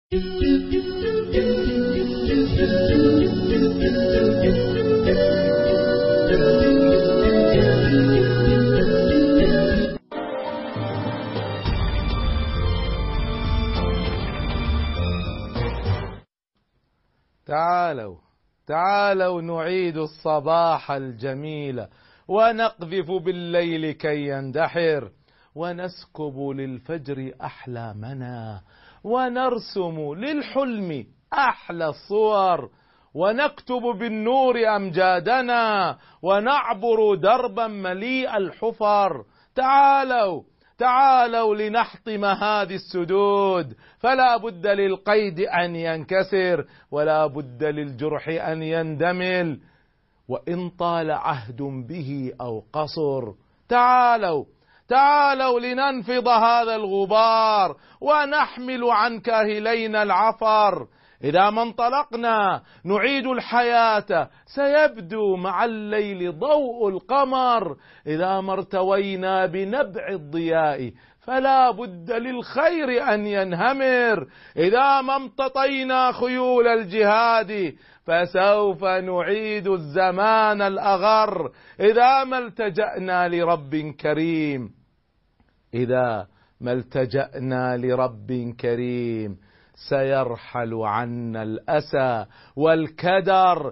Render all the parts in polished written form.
تعالوا نعيد الصباح الجميل، ونقذف بالليل كي يندحر، ونسكب للفجر أحلامنا، ونرسم للحلم أحلى الصور، ونكتب بالنور أمجادنا، ونعبر دربا مليء الحفر. تعالوا لنحطم هذه السدود، فلا بد للقيد أن ينكسر، ولا بد للجرح أن يندمل، وإن طال عهد به أو قصر. تعالوا لننفض هذا الغبار، ونحمل عن كاهلينا العفر. إذا ما انطلقنا نعيد الحياة، سيبدو مع الليل ضوء القمر. إذا ما ارتوينا بنبع الضياء، فلا بد للخير أن ينهمر. إذا ما امتطينا خيول الجهاد، فسوف نعيد الزمان الأغر. إذا ما التجأنا لرب كريم، سيرحل عنا الأسى والكدر.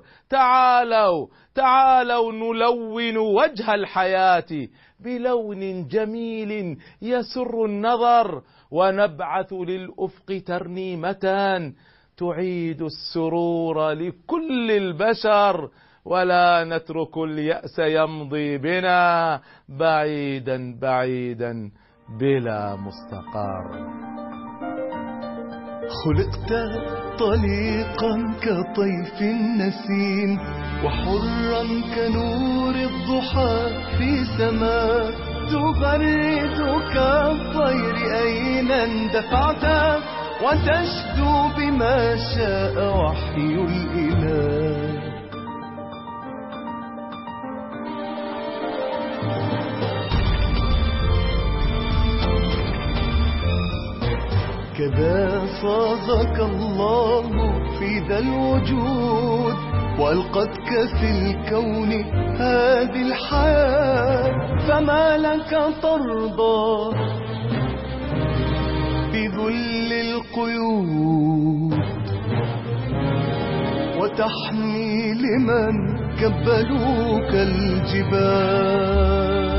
تعالوا نلون وجه الحياة بلون جميل يسر النظر، ونبعث للأفق ترنيمة تعيد السرور لكل البشر، ولا نترك اليأس يمضي بنا بعيدا بعيدا بلا مستقر. خلقت طليقا كطيف النسيم، وحرا كنور الضحى في سماء، تبرد كالطير أين اندفعت، وتشدو بما شاء وحي الإله. كذا صاغك الله في ذا الوجود، وألقتك في الكون هذه الحياة، فما لك ترضى بذل القيود، وتحمي لمن كبلوك الجبال.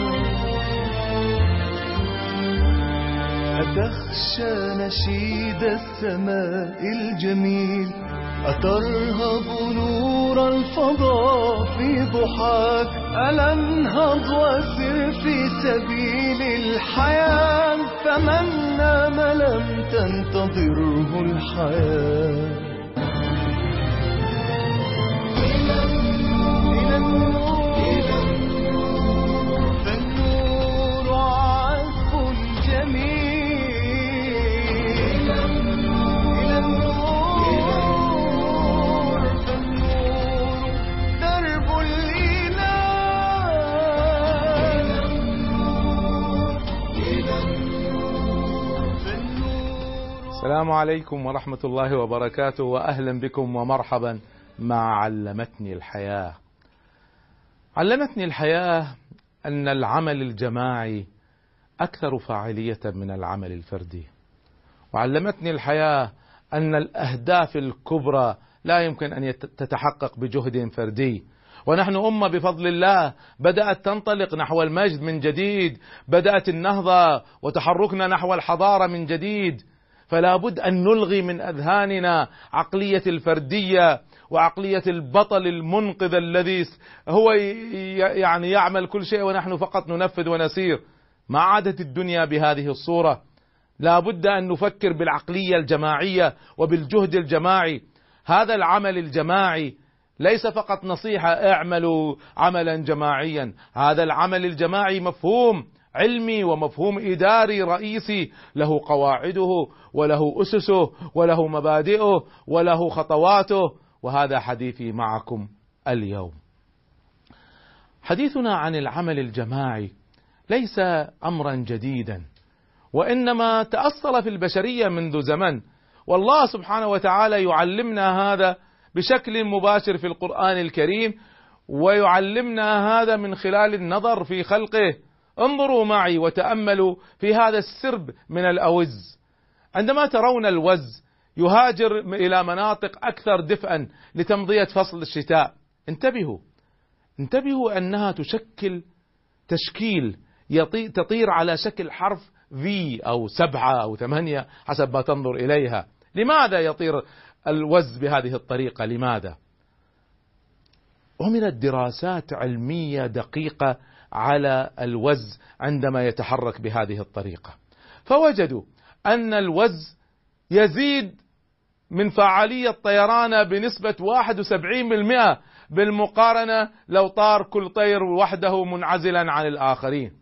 أتخشى نشيد السماء الجميل، أترهب نور الفضاء في ضحاك، ألا انهض وسر في سبيل الحياة، فمن نام لم تنتظره الحياة. السلام عليكم ورحمة الله وبركاته، وأهلا بكم ومرحبا مع علمتني الحياة. علمتني الحياة أن العمل الجماعي أكثر فاعلية من العمل الفردي، وعلمتني الحياة أن الأهداف الكبرى لا يمكن أن تتحقق بجهد فردي، ونحن أمة بفضل الله بدأت تنطلق نحو المجد من جديد، بدأت النهضة وتحركنا نحو الحضارة من جديد. فلا بد أن نلغي من أذهاننا عقلية الفردية وعقلية البطل المنقذ الذي هو يعني يعمل كل شيء ونحن فقط ننفذ ونسير. ما عادت الدنيا بهذه الصورة. لا بد أن نفكر بالعقلية الجماعية وبالجهد الجماعي. هذا العمل الجماعي ليس فقط نصيحة اعملوا عملا جماعيا، هذا العمل الجماعي مفهوم علمي ومفهوم إداري رئيسي، له قواعده وله أسسه وله مبادئه وله خطواته. وهذا حديثي معكم اليوم. حديثنا عن العمل الجماعي ليس أمرا جديدا، وإنما تأصل في البشرية منذ زمن، والله سبحانه وتعالى يعلمنا هذا بشكل مباشر في القرآن الكريم، ويعلمنا هذا من خلال النظر في خلقه. انظروا معي وتأملوا في هذا السرب من الأوز. عندما ترون الوز يهاجر إلى مناطق أكثر دفئا لتمضية فصل الشتاء، انتبهوا أنها تشكل تشكيل تطير على شكل حرف V أو 7 أو 8 حسب ما تنظر إليها. لماذا يطير الوز بهذه الطريقة؟ لماذا؟ عملت دراسات علمية دقيقة على الوز عندما يتحرك بهذه الطريقة، فوجدوا أن الوز يزيد من فعالية طيرانه بنسبة 71% بالمقارنة لو طار كل طير وحده منعزلا عن الآخرين.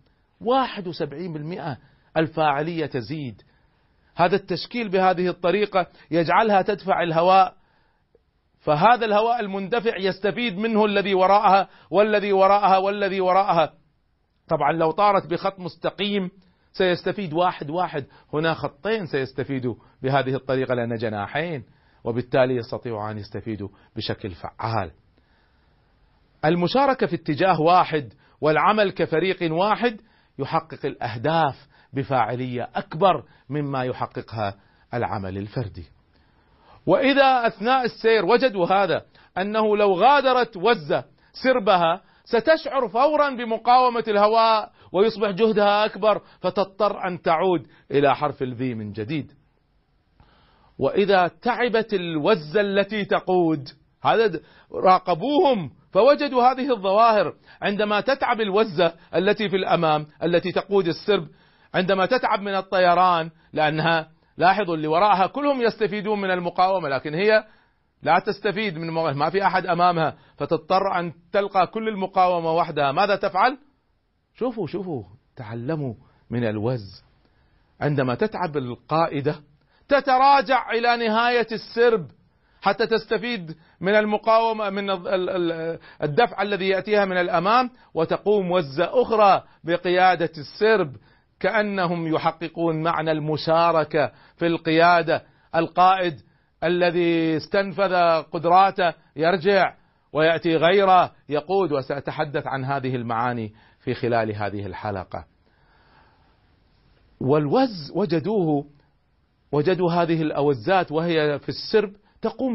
71% الفاعلية تزيد. هذا التشكيل بهذه الطريقة يجعلها تدفع الهواء، فهذا الهواء المندفع يستفيد منه الذي وراءها والذي وراءها والذي وراءها. طبعا لو طارت بخط مستقيم سيستفيد واحد، هنا خطين سيستفيدوا بهذه الطريقة لأن جناحين، وبالتالي يستطيعوا أن يستفيدوا بشكل فعال. المشاركة في اتجاه واحد والعمل كفريق واحد يحقق الأهداف بفاعلية أكبر مما يحققها العمل الفردي. وإذا أثناء السير وجدوا هذا، أنه لو غادرت وزة سربها ستشعر فورا بمقاومة الهواء ويصبح جهدها أكبر، فتضطر أن تعود إلى حرف الذي من جديد. وإذا تعبت الوزة التي تقود، هذا راقبوهم فوجدوا هذه الظواهر. عندما تتعب الوزة التي في الأمام التي تقود السرب، عندما تتعب من الطيران، لأنها لاحظوا اللي وراءها كلهم يستفيدون من المقاومة، لكن هي لا تستفيد من ما في أحد أمامها، فتضطر أن تلقى كل المقاومة وحدها. ماذا تفعل؟ شوفوا تعلموا من الوز. عندما تتعب القائدة تتراجع إلى نهاية السرب حتى تستفيد من المقاومة، من الدفع الذي يأتيها من الأمام، وتقوم وزة أخرى بقيادة السرب، كأنهم يحققون معنى المشاركة في القيادة. القائد الذي استنفذ قدراته يرجع ويأتي غيره يقود، وسأتحدث عن هذه المعاني في خلال هذه الحلقة. والوز وجدوا هذه الأوزات وهي في السرب تقوم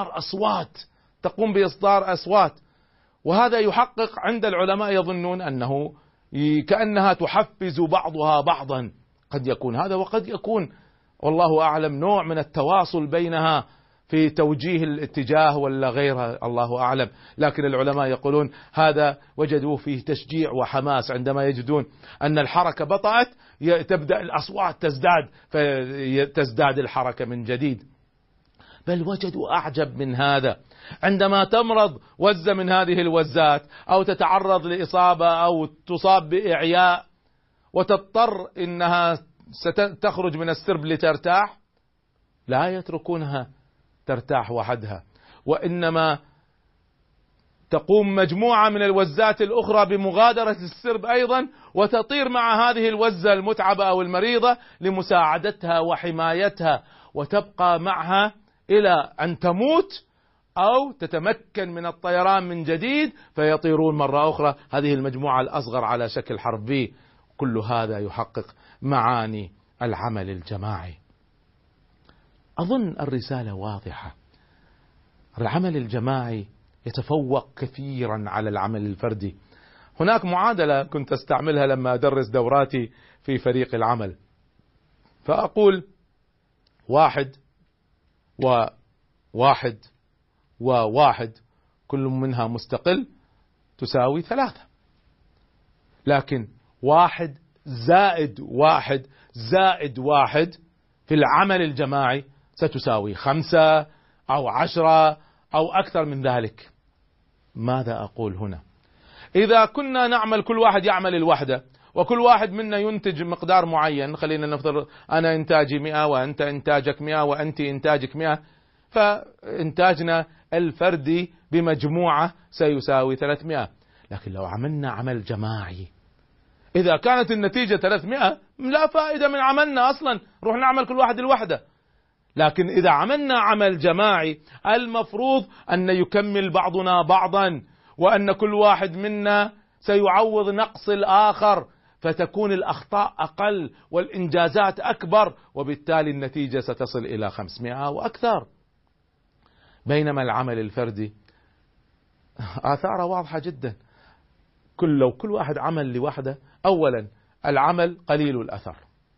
بإصدار أصوات، وهذا يحقق عند العلماء يظنون أنه كأنها تحفز بعضها بعضا. قد يكون هذا وقد يكون والله أعلم نوع من التواصل بينها في توجيه الاتجاه ولا غيرها، الله أعلم. لكن العلماء يقولون هذا وجدوا فيه تشجيع وحماس. عندما يجدون أن الحركة بطأت تبدأ الأصوات تزداد الحركة من جديد. بل وجدوا أعجب من هذا، عندما تمرض وزة من هذه الوزات أو تتعرض لإصابة أو تصاب بإعياء وتضطر إنها ستخرج من السرب لترتاح، لا يتركونها ترتاح وحدها، وإنما تقوم مجموعة من الوزات الأخرى بمغادرة السرب أيضا، وتطير مع هذه الوزة المتعبة أو المريضة لمساعدتها وحمايتها، وتبقى معها إلى أن تموت أو تتمكن من الطيران من جديد فيطيرون مرة أخرى، هذه المجموعة الأصغر على شكل حرف V. كل هذا يحقق معاني العمل الجماعي. أظن الرسالة واضحة. العمل الجماعي يتفوق كثيرا على العمل الفردي. هناك معادلة كنت أستعملها لما أدرس دوراتي في فريق العمل، فأقول 1 و1 و1 كل منها مستقل تساوي 3، لكن 1 زائد 1 زائد 1 في العمل الجماعي ستساوي 5 أو 10 أو أكثر من ذلك. ماذا أقول هنا؟ إذا كنا نعمل كل واحد يعمل الوحدة وكل واحد منا ينتج مقدار معين، خلينا نفترض أنا إنتاجي 100 وأنت إنتاجك 100 وأنت إنتاجك 100، فإنتاجنا الفردي بمجموعة سيساوي 300. لكن لو عملنا عمل جماعي إذا كانت النتيجة 300 لا فائدة من عملنا أصلا، روح نعمل كل واحد الوحدة. لكن إذا عملنا عمل جماعي المفروض أن يكمل بعضنا بعضا، وأن كل واحد منا سيعوض نقص الآخر، فتكون الأخطاء أقل والإنجازات أكبر، وبالتالي النتيجة ستصل إلى 500 وأكثر. بينما العمل الفردي آثاره واضحة جدا. لو كل واحد عمل لوحده، أولا العمل قليل الأثر،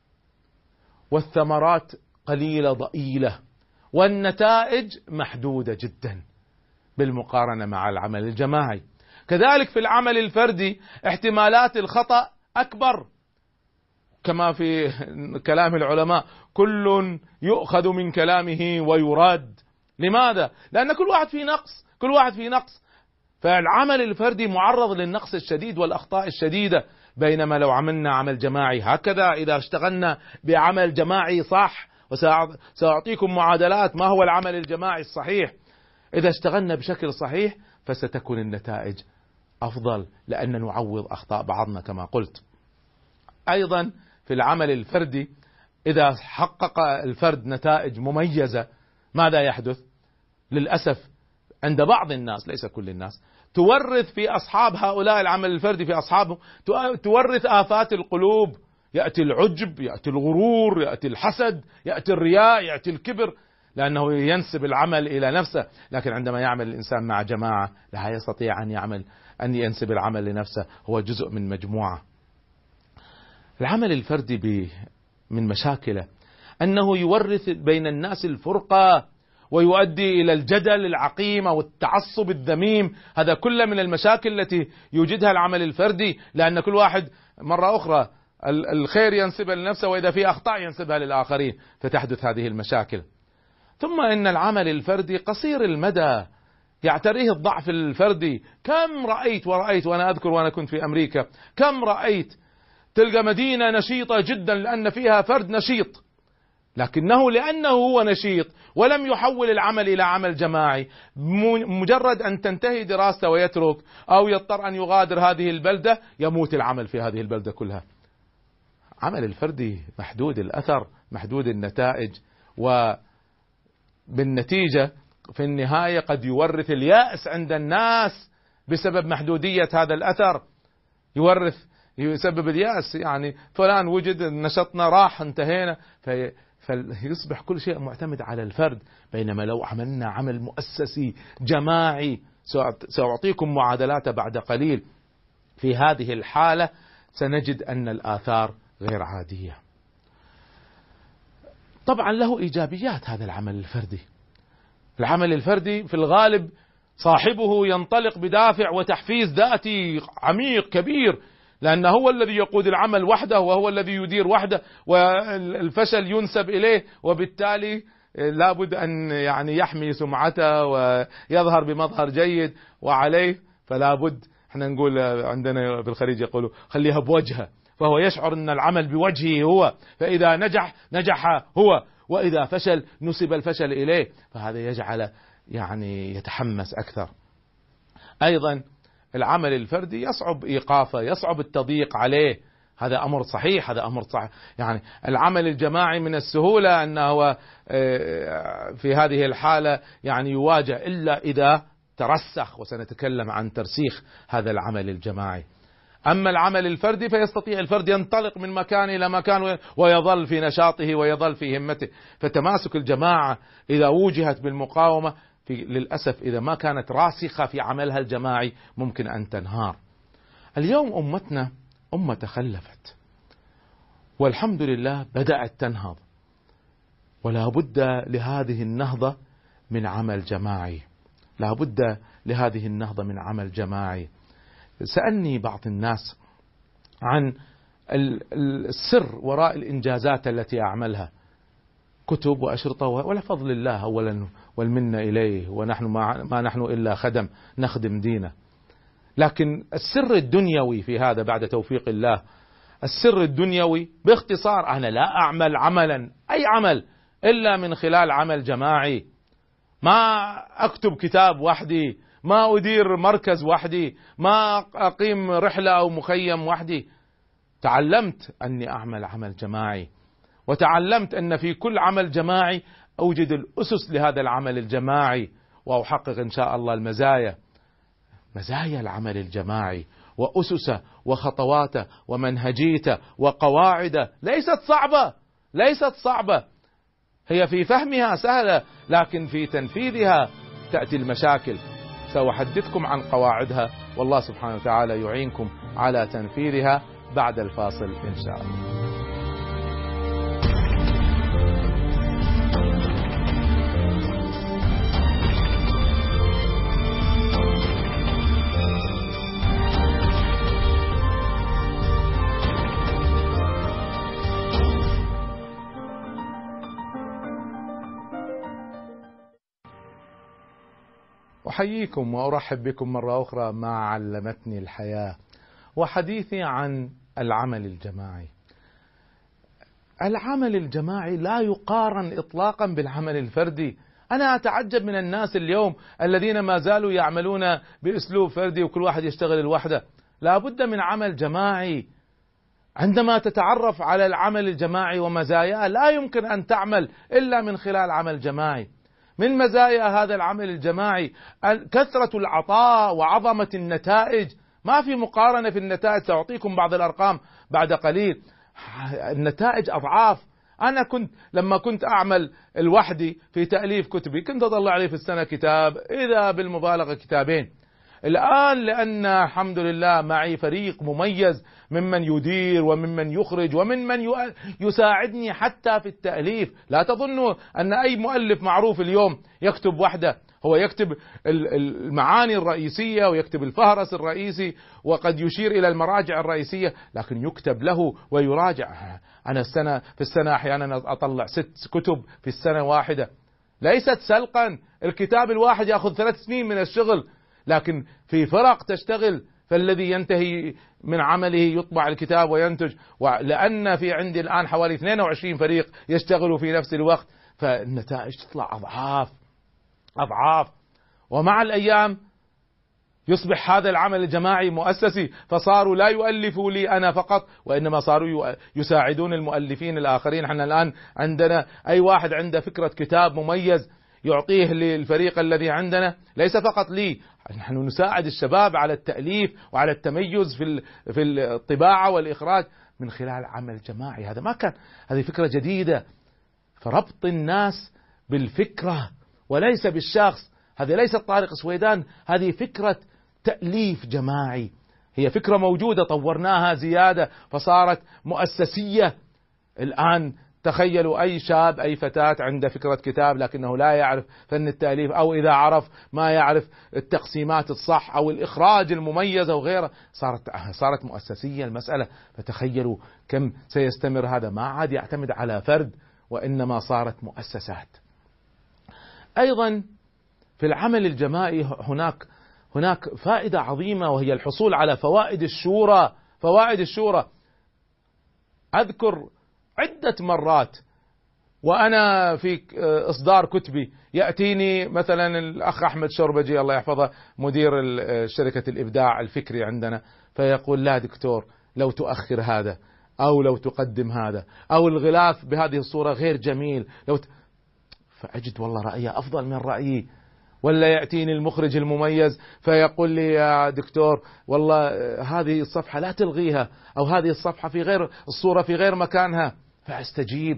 والثمرات قليلة ضئيلة، والنتائج محدودة جدا بالمقارنة مع العمل الجماعي. كذلك في العمل الفردي احتمالات الخطأ أكبر، كما في كلام العلماء: كل يؤخذ من كلامه ويراد. لماذا؟ لأن كل واحد فيه نقص، فالعمل الفردي معرض للنقص الشديد والأخطاء الشديدة. بينما لو عملنا عمل جماعي هكذا، إذا اشتغلنا بعمل جماعي صح، وسأعطيكم معادلات ما هو العمل الجماعي الصحيح، إذا اشتغلنا بشكل صحيح فستكون النتائج أفضل، لأن نعوض أخطاء بعضنا كما قلت. أيضا في العمل الفردي إذا حقق الفرد نتائج مميزة، ماذا يحدث؟ للأسف عند بعض الناس، ليس كل الناس، تورث في أصحاب هؤلاء العمل الفردي، في أصحابه تورث آفات القلوب. يأتي العجب، يأتي الغرور، يأتي الحسد، يأتي الرياء، يأتي الكبر، لأنه ينسب العمل إلى نفسه. لكن عندما يعمل الإنسان مع جماعة لا يستطيع أن ينسب العمل لنفسه، هو جزء من مجموعة. العمل الفردي من مشاكله أنه يورث بين الناس الفرقة، ويؤدي إلى الجدل العقيم والتعصب الذميم. هذا كله من المشاكل التي يوجدها العمل الفردي، لأن كل واحد مرة أخرى الخير ينسبها لنفسه، وإذا في أخطاء ينسبها للآخرين، فتحدث هذه المشاكل. ثم إن العمل الفردي قصير المدى، يعتريه الضعف الفردي. كم رأيت وأنا أذكر وأنا كنت في أمريكا، كم رأيت تلقى مدينة نشيطة جدا لأن فيها فرد نشيط، لأنه هو نشيط ولم يحول العمل إلى عمل جماعي، مجرد أن تنتهي دراسته ويترك أو يضطر أن يغادر هذه البلدة، يموت العمل في هذه البلدة كلها. عمل الفردي محدود الأثر، محدود النتائج، وبالنتيجة في النهاية قد يورث اليأس عند الناس بسبب محدودية هذا الأثر، يسبب اليأس. يعني فلان وجد، نشطنا راح، انتهينا، فيصبح كل شيء معتمد على الفرد. بينما لو عملنا عمل مؤسسي جماعي، سأعطيكم معادلاته بعد قليل، في هذه الحالة سنجد أن الآثار غير عادية. طبعا له إيجابيات هذا العمل الفردي. العمل الفردي في الغالب صاحبه ينطلق بدافع وتحفيز ذاتي عميق كبير، لأنه هو الذي يقود العمل وحده، وهو الذي يدير وحده، والفشل ينسب إليه، وبالتالي لابد أن يحمي سمعته ويظهر بمظهر جيد وعليه، فلا بد. احنا نقول عندنا بالخليج يقولوا خليها بوجهه، فهو يشعر أن العمل بوجهه هو، فإذا نجح هو، وإذا فشل نسب الفشل إليه، فهذا يجعل يتحمس أكثر. أيضا العمل الفردي يصعب إيقافه، يصعب التضييق عليه، هذا أمر صحيح، هذا أمر صحيح. العمل الجماعي من السهولة أنه في هذه الحالة يواجه، إلا إذا ترسخ، وسنتكلم عن ترسيخ هذا العمل الجماعي. أما العمل الفردي فيستطيع الفرد ينطلق من مكان إلى مكان ويظل في نشاطه ويظل في همته. فتماسك الجماعة إذا وجهت بالمقاومة، للأسف إذا ما كانت راسخة في عملها الجماعي، ممكن أن تنهار. اليوم أمتنا أمة تخلفت، والحمد لله بدأت تنهض، ولا بد لهذه النهضة من عمل جماعي، لا بد لهذه النهضة من عمل جماعي. سألني بعض الناس عن السر وراء الإنجازات التي أعملها، كتب وأشرطة، ولفضل الله أولا والمنة إليه، ونحن ما نحن إلا خدم نخدم دينه. لكن السر الدنيوي في هذا بعد توفيق الله، السر الدنيوي باختصار، أنا لا أعمل عملا، أي عمل، إلا من خلال عمل جماعي. ما أكتب كتاب وحدي، ما أدير مركز وحدي، ما أقيم رحلة أو مخيم وحدي. تعلمت أني أعمل عمل جماعي، وتعلمت أن في كل عمل جماعي أوجد الأسس لهذا العمل الجماعي وأحقق إن شاء الله المزايا. مزايا العمل الجماعي وأسسه وخطواته ومنهجيته وقواعده ليست صعبة، هي في فهمها سهلة، لكن في تنفيذها تأتي المشاكل. سأحدثكم عن قواعدها، والله سبحانه وتعالى يعينكم على تنفيذها بعد الفاصل إن شاء الله. أحييكم وأرحب بكم مرة أخرى مع علمتني الحياة، وحديثي عن العمل الجماعي. العمل الجماعي لا يقارن إطلاقا بالعمل الفردي. أنا أتعجب من الناس اليوم الذين ما زالوا يعملون بأسلوب فردي وكل واحد يشتغل لوحده. لا بد من عمل جماعي. عندما تتعرف على العمل الجماعي ومزاياه لا يمكن أن تعمل إلا من خلال عمل جماعي. من مزايا هذا العمل الجماعي كثرة العطاء وعظمة النتائج، ما في مقارنة في النتائج. سأعطيكم بعض الأرقام بعد قليل. النتائج أضعاف. أنا لما كنت أعمل لوحدي في تأليف كتبي كنت أطلع لي في السنة كتاب، إذا بالمبالغة كتابين. الآن لأن الحمد لله معي فريق مميز ممن يدير وممن يخرج وممن يساعدني حتى في التأليف. لا تظنوا أن أي مؤلف معروف اليوم يكتب وحده، هو يكتب المعاني الرئيسية ويكتب الفهرس الرئيسي وقد يشير إلى المراجع الرئيسية، لكن يكتب له ويراجع. أنا في السنة أحيانا أطلع 6 كتب في السنة واحدة، ليست سلقا. الكتاب الواحد يأخذ 3 سنين من الشغل، لكن في فرق تشتغل، فالذي ينتهي من عمله يطبع الكتاب وينتج. ولأن في عندي الآن حوالي 22 فريق يشتغلوا في نفس الوقت، فالنتائج تطلع أضعاف. ومع الأيام يصبح هذا العمل الجماعي مؤسسي، فصاروا لا يؤلفوا لي أنا فقط، وإنما صاروا يساعدون المؤلفين الآخرين. احنا الآن عندنا أي واحد عنده فكرة كتاب مميز يعطيه للفريق الذي عندنا، ليس فقط لي، نحن نساعد الشباب على التأليف وعلى التميز في الطباعة والإخراج من خلال عمل جماعي. هذه فكرة جديدة، فربط الناس بالفكرة وليس بالشخص. هذه ليست طارق سويدان، هذه فكرة تأليف جماعي، هي فكرة موجودة طورناها زيادة فصارت مؤسسية. الآن تخيلوا أي شاب أي فتاة عنده فكرة كتاب لكنه لا يعرف فن التأليف، أو إذا عرف ما يعرف التقسيمات الصح أو الإخراج المميز أو غيره. صارت مؤسسية المسألة. فتخيلوا كم سيستمر هذا، ما عاد يعتمد على فرد وإنما صارت مؤسسات. أيضا في العمل الجماعي هناك فائدة عظيمة، وهي الحصول على فوائد الشورى. أذكر عدة مرات وأنا في إصدار كتبي يأتيني مثلا الأخ أحمد شربجي الله يحفظه مدير شركة الإبداع الفكري عندنا، فيقول لا دكتور لو تؤخر هذا أو لو تقدم هذا، أو الغلاف بهذه الصورة غير جميل، فأجد والله رأيه أفضل من رأيي. ولا يأتيني المخرج المميز فيقول لي يا دكتور والله هذه الصفحة لا تلغيها، أو هذه الصفحة الصورة في غير مكانها، فأستجيب.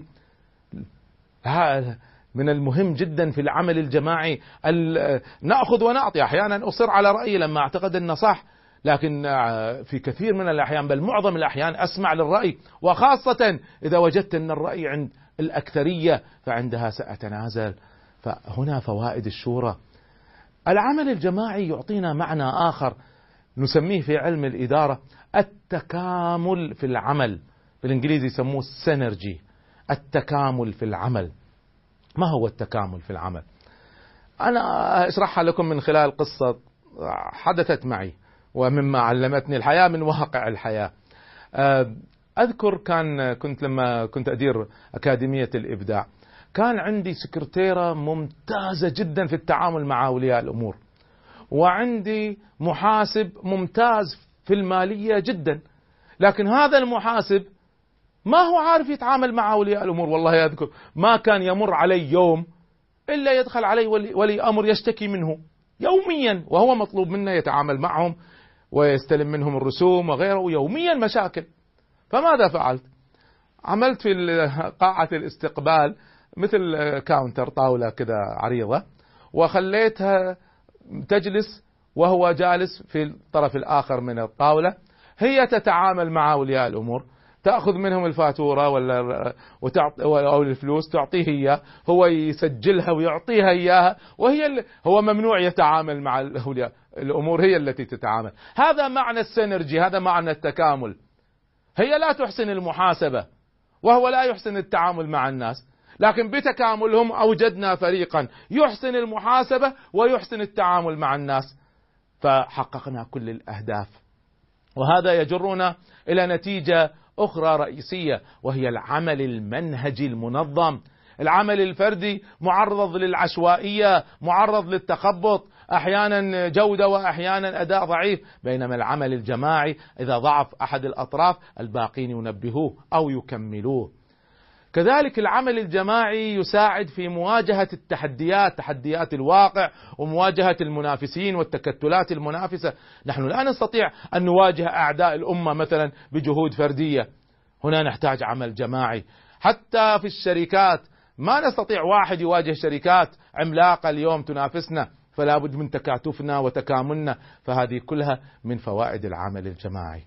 من المهم جدا في العمل الجماعي نأخذ ونعطي. أحيانا أصر على رأيي لما أعتقد أنه صح، لكن في كثير من الأحيان بل معظم الأحيان أسمع للرأي، وخاصة إذا وجدت أن الرأي عند الأكثرية فعندها سأتنازل. فهنا فوائد الشورى. العمل الجماعي يعطينا معنى آخر نسميه في علم الإدارة التكامل في العمل، بالإنجليزي يسموه السينرجي، التكامل في العمل. ما هو التكامل في العمل؟ أنا أشرحها لكم من خلال قصة حدثت معي ومما علمتني الحياة من واقع الحياة. أذكر كنت لما كنت أدير أكاديمية الإبداع، كان عندي سكرتيرة ممتازة جدا في التعامل مع أولياء الأمور، وعندي محاسب ممتاز في المالية جدا. لكن هذا المحاسب ما هو عارف يتعامل مع أولياء الأمور. والله يذكر ما كان يمر علي يوم إلا يدخل علي ولي أمر يشتكي منه يوميا، وهو مطلوب منه يتعامل معهم ويستلم منهم الرسوم وغيره، يوميا مشاكل. فماذا فعلت؟ عملت في قاعة الاستقبال مثل كاونتر، طاولة كذا عريضة، وخليتها تجلس وهو جالس في الطرف الآخر من الطاولة، هي تتعامل مع أولياء الأمور، تأخذ منهم الفاتورة أو الفلوس تعطيه إياه، هو يسجلها ويعطيها إياها، هو ممنوع يتعامل مع أولياء الأمور، هي التي تتعامل. هذا معنى السينرجي، هذا معنى التكامل. هي لا تحسن المحاسبة وهو لا يحسن التعامل مع الناس، لكن بتكاملهم أوجدنا فريقا يحسن المحاسبة ويحسن التعامل مع الناس، فحققنا كل الأهداف. وهذا يجرنا إلى نتيجة أخرى رئيسية، وهي العمل المنهجي المنظم. العمل الفردي معرض للعشوائية، معرض للتخبط، أحيانا جودة وأحيانا أداء ضعيف، بينما العمل الجماعي إذا ضعف أحد الأطراف الباقين ينبهوه أو يكملوه. كذلك العمل الجماعي يساعد في مواجهة التحديات، تحديات الواقع، ومواجهة المنافسين والتكتلات المنافسة. نحن لا نستطيع أن نواجه أعداء الأمة مثلا بجهود فردية، هنا نحتاج عمل جماعي. حتى في الشركات ما نستطيع واحد يواجه شركات عملاقة اليوم تنافسنا، فلا بد من تكاتفنا وتكاملنا. فهذه كلها من فوائد العمل الجماعي.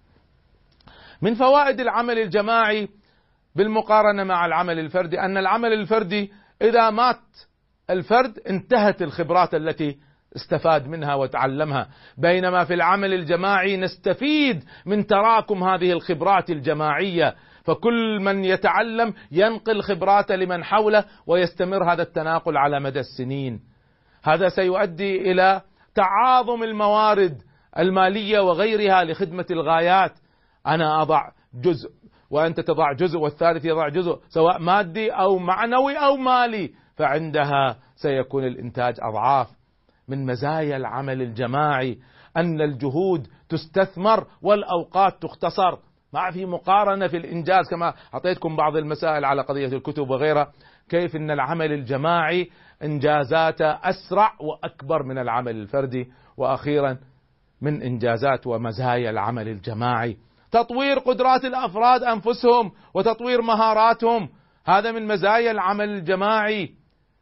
من فوائد العمل الجماعي بالمقارنة مع العمل الفردي أن العمل الفردي إذا مات الفرد انتهت الخبرات التي استفاد منها وتعلمها، بينما في العمل الجماعي نستفيد من تراكم هذه الخبرات الجماعية، فكل من يتعلم ينقل خبراته لمن حوله ويستمر هذا التناقل على مدى السنين. هذا سيؤدي إلى تعاظم الموارد المالية وغيرها لخدمة الغايات. أنا أضع جزء وأنت تضع جزء والثالث يضع جزء، سواء مادي أو معنوي أو مالي، فعندها سيكون الإنتاج أضعاف. من مزايا العمل الجماعي أن الجهود تستثمر والأوقات تختصر، ما في مقارنة في الإنجاز. كما أعطيتكم بعض المسائل على قضية الكتب وغيرها، كيف أن العمل الجماعي إنجازاته أسرع وأكبر من العمل الفردي. وأخيرا من إنجازات ومزايا العمل الجماعي تطوير قدرات الأفراد أنفسهم وتطوير مهاراتهم، هذا من مزايا العمل الجماعي.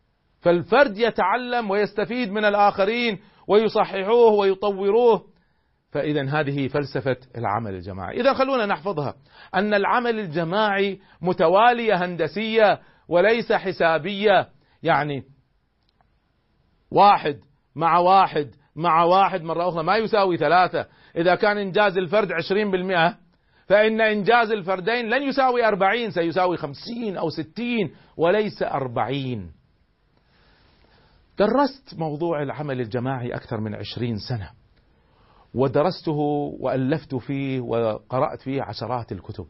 فالفرد يتعلم ويستفيد من الآخرين ويصححوه ويطوروه. فإذا هذه فلسفة العمل الجماعي. إذا خلونا نحفظها، أن العمل الجماعي متوالية هندسية وليس حسابية، يعني واحد مع واحد مع واحد مرة أخرى ما يساوي ثلاثة. إذا كان إنجاز الفرد 20%، فإن إنجاز الفردين لن يساوي 40، سيساوي 50 أو 60 وليس 40. درست موضوع العمل الجماعي أكثر من 20 سنة، ودرسته وألفت فيه وقرأت فيه عشرات الكتب،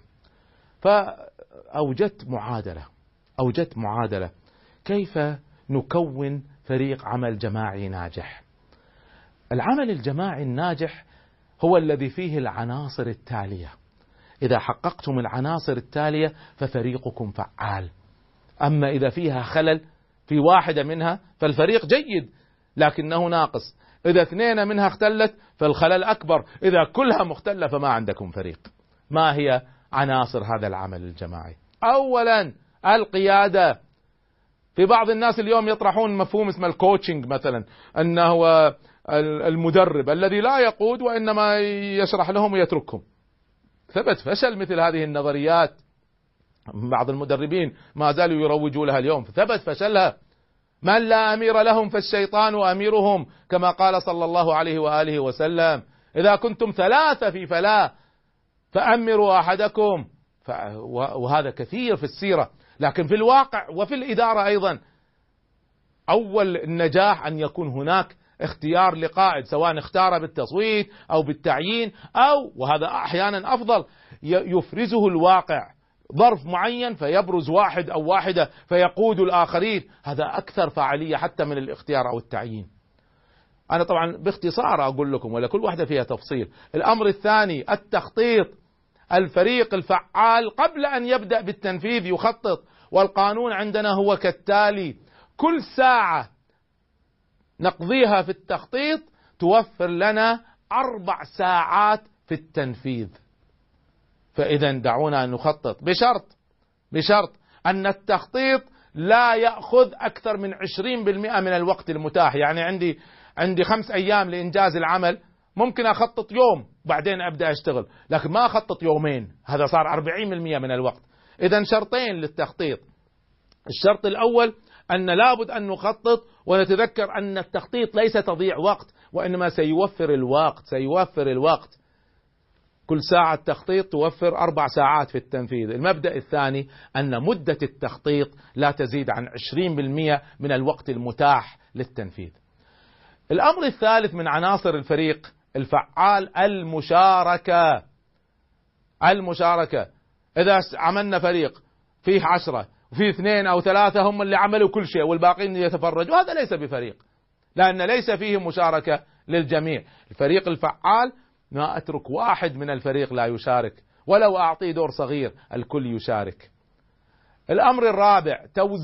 فأوجدت معادلة كيف نكون فريق عمل جماعي ناجح. العمل الجماعي الناجح هو الذي فيه العناصر التالية. إذا حققتم العناصر التالية ففريقكم فعال. أما إذا فيها خلل في واحدة منها فالفريق جيد لكنه ناقص. إذا 2 منها اختلت فالخلل أكبر. إذا كلها مختلة فما عندكم فريق. ما هي عناصر هذا العمل الجماعي؟ أولا القيادة. في بعض الناس اليوم يطرحون مفهوم اسمه الكوتشنج مثلا، أنه المدرب الذي لا يقود وإنما يشرح لهم ويتركهم. ثبت فشل مثل هذه النظريات. بعض المدربين ما زالوا يروجوا لها اليوم، ثبت فشلها. من لا أمير لهم فالشيطان أميرهم، كما قال صلى الله عليه وآله وسلم: إذا كنتم 3 في فلاة فأمروا أحدكم. وهذا كثير في السيرة، لكن في الواقع وفي الإدارة أيضا أول النجاح أن يكون هناك اختيار لقائد، سواء اختار بالتصويت أو بالتعيين، أو وهذا أحيانا أفضل يفرزه الواقع، ظرف معين فيبرز واحد أو واحدة فيقود الآخرين. هذا أكثر فعالية حتى من الاختيار أو التعيين. أنا طبعا باختصار أقول لكم، ولا كل واحدة فيها تفصيل. الأمر الثاني التخطيط. الفريق الفعال قبل أن يبدأ بالتنفيذ يخطط. والقانون عندنا هو كالتالي: كل ساعة نقضيها في التخطيط توفر لنا 4 ساعات في التنفيذ. فإذا دعونا أن نخطط بشرط أن التخطيط لا يأخذ أكثر من 20% من الوقت المتاح. يعني عندي 5 أيام لإنجاز العمل، ممكن أخطط يوم بعدين أبدأ أشتغل، لكن ما أخطط يومين، هذا صار 40% من الوقت. إذا شرطين للتخطيط: الشرط الأول أن لابد أن نخطط ونتذكر أن التخطيط ليس تضييع وقت، وإنما سيوفر الوقت. كل ساعة تخطيط توفر 4 ساعات في التنفيذ. المبدأ الثاني أن مدة التخطيط لا تزيد عن 20% من الوقت المتاح للتنفيذ. الأمر الثالث من عناصر الفريق الفعال المشاركة. إذا عملنا فريق فيه 10 وفيه 2 أو 3 هم اللي عملوا كل شيء والباقين يتفرجوا، هذا ليس بفريق، لأن ليس فيه مشاركة للجميع. الفريق الفعال ما أترك واحد من الفريق لا يشارك، ولو أعطيه دور صغير الكل يشارك. الأمر الرابع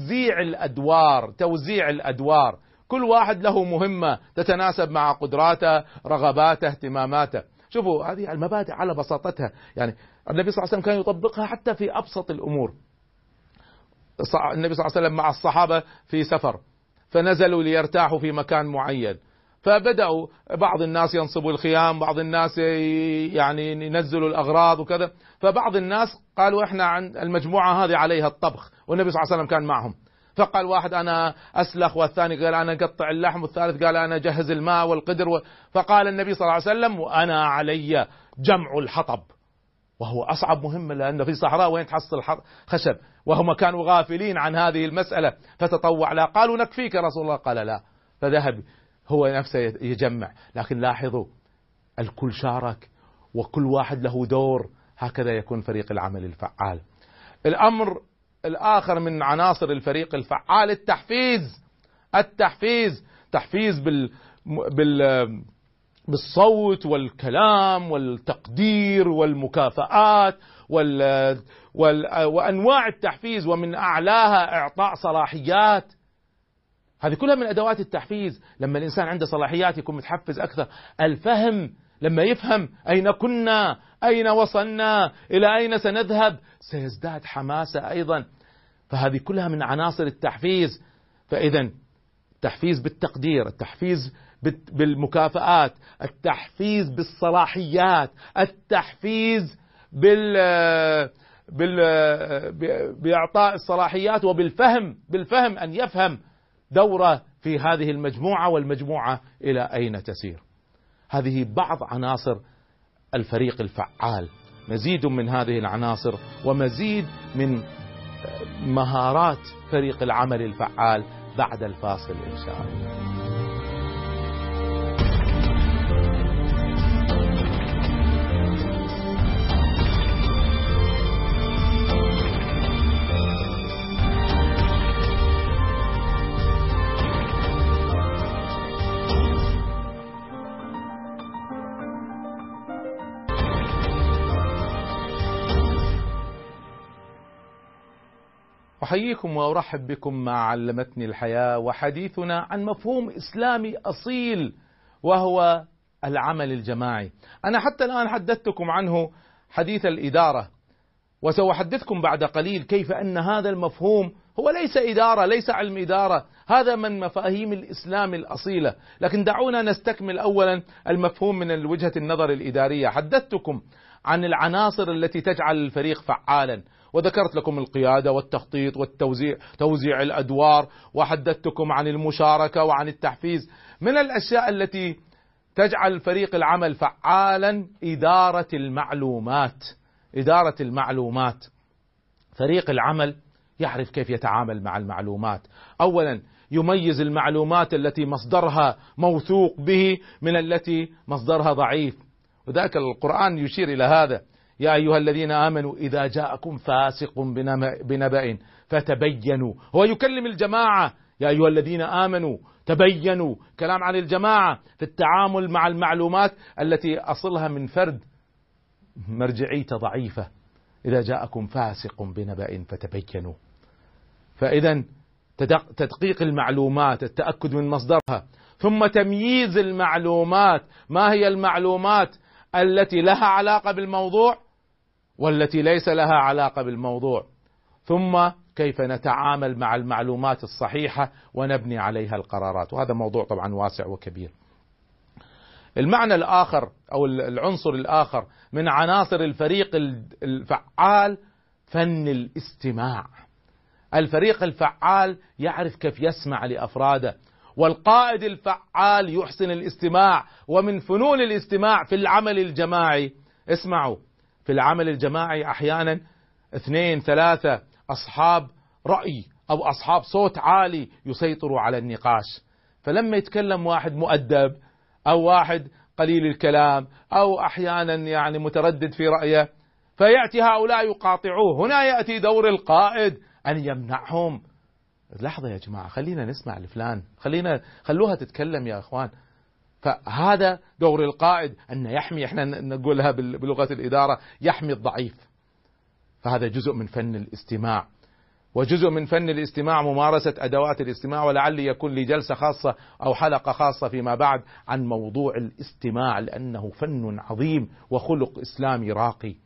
توزيع الأدوار. كل واحد له مهمة تتناسب مع قدراته، رغباته، اهتماماته. شوفوا هذه المبادئ على بساطتها، يعني النبي صلى الله عليه وسلم كان يطبقها حتى في أبسط الأمور. النبي صلى الله عليه وسلم مع الصحابة في سفر، فنزلوا ليرتاحوا في مكان معين، فبدأوا بعض الناس ينصبوا الخيام، بعض الناس يعني ينزلوا الأغراض وكذا. فبعض الناس قالوا احنا عند المجموعة هذه عليها الطبخ، والنبي صلى الله عليه وسلم كان معهم. فقال واحد أنا أسلخ، والثاني قال أنا أقطع اللحم، والثالث قال أنا أجهز الماء والقدر فقال النبي صلى الله عليه وسلم: وأنا علي جمع الحطب، وهو أصعب مهمة، لأن في صحراء وين تحصل خشب، وهم كانوا غافلين عن هذه المسألة، فتطوع لا. قالوا نكفيك يا رسول الله، قال لا، فذهب هو نفسه يجمع. لكن لاحظوا الكل شارك وكل واحد له دور. هكذا يكون فريق العمل الفعال. الأمر الآخر من عناصر الفريق الفعال تحفيز بالصوت والكلام والتقدير والمكافآت وأنواع التحفيز، ومن أعلاها إعطاء صلاحيات. هذه كلها من أدوات التحفيز. لما الإنسان عنده صلاحيات يكون متحفز أكثر. الفهم، لما يفهم أين كنا، أين وصلنا، إلى أين سنذهب، سيزداد حماسة أيضا. فهذه كلها من عناصر التحفيز. فإذا التحفيز بالتقدير، التحفيز بالمكافآت، التحفيز بالصلاحيات، التحفيز بإعطاء الصلاحيات، بالفهم أن يفهم دوره في هذه المجموعة والمجموعة إلى أين تسير. هذه بعض عناصر الفريق الفعال. مزيد من هذه العناصر ومزيد من مهارات فريق العمل الفعال بعد الفاصل إن شاء الله. أحييكم وأرحب بكم مع علمتني الحياة، وحديثنا عن مفهوم إسلامي أصيل وهو العمل الجماعي. أنا حتى الآن حدثتكم عنه حديث الإدارة، وسأحدثكم بعد قليل كيف أن هذا المفهوم هو ليس إدارة، ليس علم إدارة، هذا من مفاهيم الإسلام الأصيلة. لكن دعونا نستكمل أولا المفهوم من وجهة النظر الإدارية. حدثتكم عن العناصر التي تجعل الفريق فعالا، وذكرت لكم القيادة والتخطيط والتوزيع، توزيع الأدوار، وحدثتكم عن المشاركة وعن التحفيز. من الأشياء التي تجعل فريق العمل فعالا إدارة المعلومات. فريق العمل يعرف كيف يتعامل مع المعلومات. أولا يميز المعلومات التي مصدرها موثوق به من التي مصدرها ضعيف، وذاك القرآن يشير إلى هذا: يا أيها الذين آمنوا إذا جاءكم فاسق بنبأ فتبينوا. هو يكلم الجماعة: يا أيها الذين آمنوا تبينوا. كلام عن الجماعة في التعامل مع المعلومات التي أصلها من فرد مرجعيته ضعيفة. إذا جاءكم فاسق بنبأ فتبينوا. فإذا تدقيق المعلومات، التأكد من مصدرها، ثم تمييز المعلومات، ما هي المعلومات التي لها علاقة بالموضوع والتي ليس لها علاقة بالموضوع، ثم كيف نتعامل مع المعلومات الصحيحة ونبني عليها القرارات. وهذا موضوع طبعا واسع وكبير. المعنى الآخر أو العنصر الآخر من عناصر الفريق الفعال فن الاستماع. الفريق الفعال يعرف كيف يسمع لأفراده، والقائد الفعال يحسن الاستماع. ومن فنون الاستماع في العمل الجماعي، اسمعوا، في العمل الجماعي أحيانا 2 3 أصحاب رأي أو أصحاب صوت عالي يسيطروا على النقاش، فلما يتكلم واحد مؤدب أو واحد قليل الكلام أو أحيانا يعني متردد في رأيه، فيأتي هؤلاء يقاطعوه. هنا يأتي دور القائد أن يمنعهم. لحظة يا جماعة، خلينا نسمع لفلان، خلوها تتكلم يا أخوان. فهذا دور القائد، أن يحمي، احنا نقولها بلغة الإدارة، يحمي الضعيف. فهذا جزء من فن الاستماع. وجزء من فن الاستماع ممارسة أدوات الاستماع، ولعل يكون لي جلسة خاصة أو حلقة خاصة فيما بعد عن موضوع الاستماع، لأنه فن عظيم وخلق إسلامي راقي.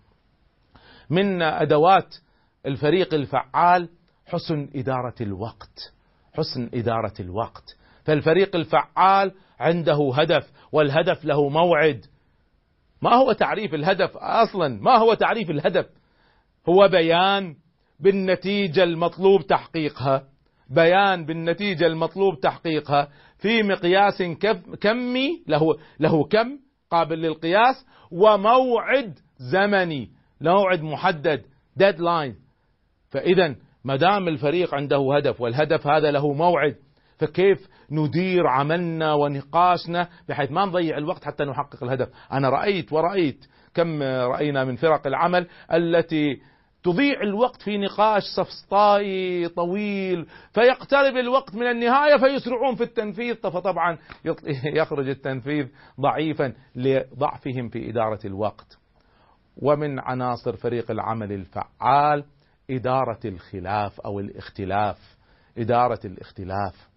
من أدوات الفريق الفعال حسن إدارة الوقت. حسن إدارة الوقت. فالفريق الفعال عنده هدف، والهدف له موعد. ما هو تعريف الهدف أصلا؟ ما هو تعريف الهدف؟ هو بيان بالنتيجة المطلوب تحقيقها، بيان بالنتيجة المطلوب تحقيقها في مقياس كمي، له كم قابل للقياس، وموعد زمني، موعد محدد، deadline. فإذا ما دام الفريق عنده هدف والهدف هذا له موعد، فكيف ندير عملنا ونقاشنا بحيث ما نضيع الوقت حتى نحقق الهدف؟ أنا رأيت كم رأينا من فرق العمل التي تضيع الوقت في نقاش سفسطائي طويل، فيقترب الوقت من النهاية فيسرعون في التنفيذ، فطبعا يخرج التنفيذ ضعيفا لضعفهم في إدارة الوقت. ومن عناصر فريق العمل الفعال إدارة الخلاف أو الاختلاف. إدارة الاختلاف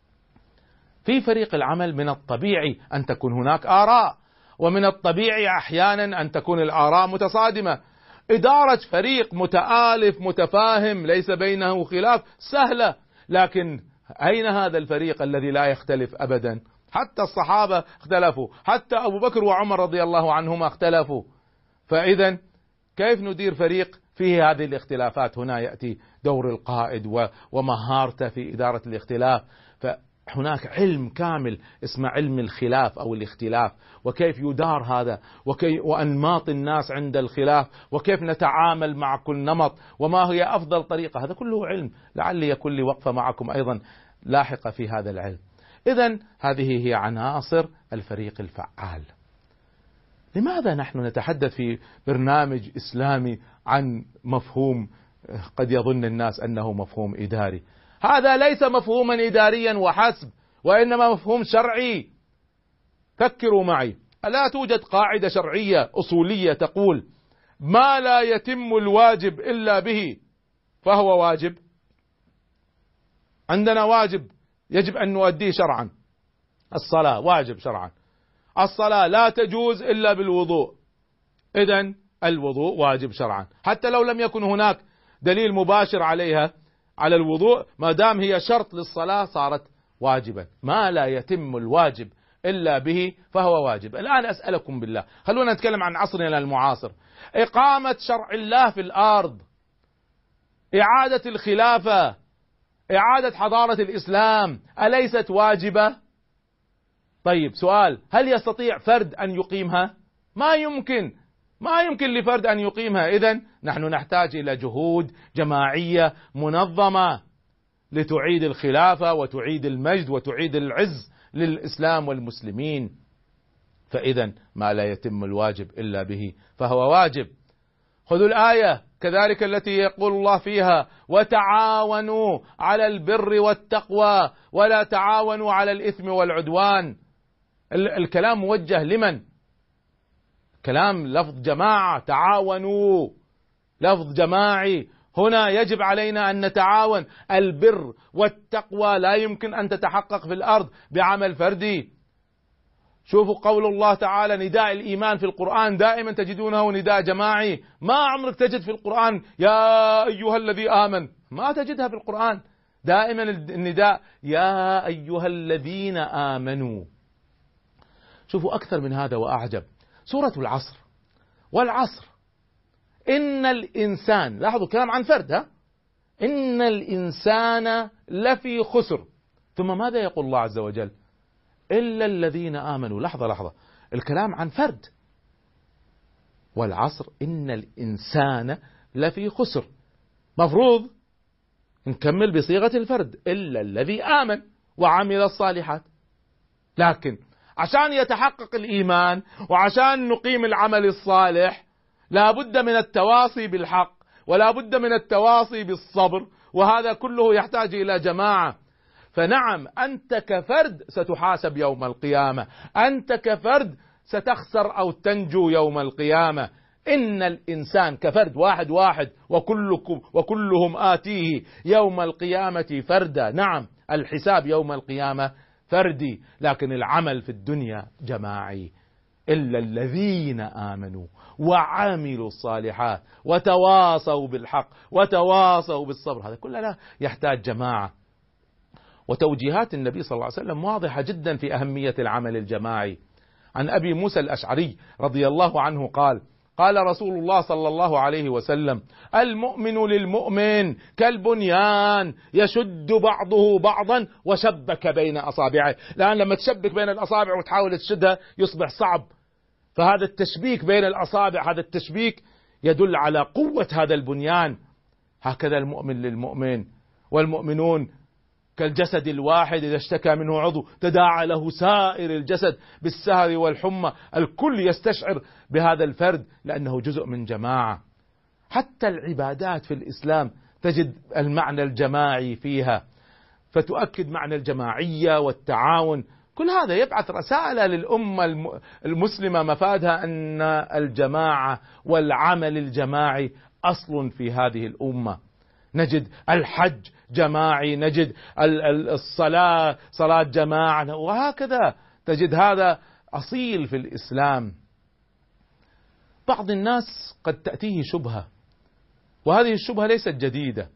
في فريق العمل من الطبيعي أن تكون هناك آراء، ومن الطبيعي أحيانا أن تكون الآراء متصادمة. إدارة فريق متآلف متفاهم ليس بينه خلاف سهلة، لكن أين هذا الفريق الذي لا يختلف أبدا؟ حتى الصحابة اختلفوا، حتى أبو بكر وعمر رضي الله عنهما اختلفوا. فإذا كيف ندير فريق فيه هذه الاختلافات؟ هنا يأتي دور القائد ومهارته في إدارة الاختلاف. فهناك علم كامل اسمه علم الخلاف أو الاختلاف، وكيف يدار هذا، وأنماط الناس عند الخلاف، وكيف نتعامل مع كل نمط، وما هي أفضل طريقة. هذا كله علم، لعل يكون لي وقفة معكم أيضا لاحقة في هذا العلم. إذن هذه هي عناصر الفريق الفعال. لماذا نحن نتحدث في برنامج إسلامي عن مفهوم قد يظن الناس أنه مفهوم إداري؟ هذا ليس مفهوما إداريا وحسب، وإنما مفهوم شرعي. فكروا معي، ألا توجد قاعدة شرعية أصولية تقول ما لا يتم الواجب إلا به فهو واجب؟ عندنا واجب يجب أن نؤديه شرعا، الصلاة واجب شرعا، الصلاة لا تجوز إلا بالوضوء، إذن الوضوء واجب شرعا، حتى لو لم يكن هناك دليل مباشر عليها على الوضوء، ما دام هي شرط للصلاة صارت واجبا. ما لا يتم الواجب إلا به فهو واجب. الآن أسألكم بالله، خلونا نتكلم عن عصرنا المعاصر. إقامة شرع الله في الأرض، إعادة الخلافة، إعادة حضارة الإسلام، أليست واجبة؟ طيب سؤال، هل يستطيع فرد أن يقيمها؟ ما يمكن لفرد أن يقيمها. إذن نحن نحتاج إلى جهود جماعية منظمة لتعيد الخلافة وتعيد المجد وتعيد العز للإسلام والمسلمين. فإذن ما لا يتم الواجب إلا به فهو واجب. خذوا الآية كذلك التي يقول الله فيها وتعاونوا على البر والتقوى ولا تعاونوا على الإثم والعدوان. الكلام موجه لمن؟ كلام لفظ جماعة، تعاونوا، لفظ جماعي. هنا يجب علينا أن نتعاون. البر والتقوى لا يمكن أن تتحقق في الأرض بعمل فردي. شوفوا قول الله تعالى، نداء الإيمان في القرآن دائما تجدونه نداء جماعي. ما عمرك تجد في القرآن يا أيها الذي آمن، ما تجدها في القرآن. دائما النداء يا أيها الذين آمنوا. شوفوا أكثر من هذا وأعجب، سورة العصر، والعصر إن الإنسان، لاحظوا كلام عن فرد، إن الإنسان لفي خسر. ثم ماذا يقول الله عز وجل؟ إلا الذين آمنوا. لحظة، الكلام عن فرد، والعصر إن الإنسان لفي خسر. مفروض نكمل بصيغة الفرد، إلا الذي آمن وعمل الصالحات. لكن عشان يتحقق الإيمان وعشان نقيم العمل الصالح لا بد من التواصي بالحق، ولا بد من التواصي بالصبر، وهذا كله يحتاج إلى جماعة. فنعم أنت كفرد ستحاسب يوم القيامة، أنت كفرد ستخسر أو تنجو يوم القيامة. إن الإنسان كفرد واحد وكلهم آتيه يوم القيامة فردا. نعم الحساب يوم القيامة فردي، لكن العمل في الدنيا جماعي. إلا الذين آمنوا وعملوا الصالحات وتواصوا بالحق وتواصوا بالصبر، هذا كله يحتاج جماعة. وتوجيهات النبي صلى الله عليه وسلم واضحة جدا في أهمية العمل الجماعي. عن أبي موسى الأشعري رضي الله عنه قال: قال رسول الله صلى الله عليه وسلم: المؤمن للمؤمن كالبنيان يشد بعضه بعضا وشبك بين أصابعه. لأن لما تشبك بين الأصابع وتحاول تشدها يصبح صعب، فهذا التشبيك بين الأصابع، هذا التشبيك يدل على قوة هذا البنيان. هكذا المؤمن للمؤمن. والمؤمنون كالجسد الواحد إذا اشتكى منه عضو تداعى له سائر الجسد بالسهر والحمى. الكل يستشعر بهذا الفرد لأنه جزء من جماعة. حتى العبادات في الإسلام تجد المعنى الجماعي فيها، فتؤكد معنى الجماعية والتعاون. كل هذا يبعث رسالة للأمة المسلمة مفادها أن الجماعة والعمل الجماعي أصل في هذه الأمة. نجد الحج جماعي، نجد الصلاة صلاة جماعة، وهكذا تجد هذا أصيل في الإسلام. بعض الناس قد تأتيه شبهة، وهذه الشبهة ليست جديدة.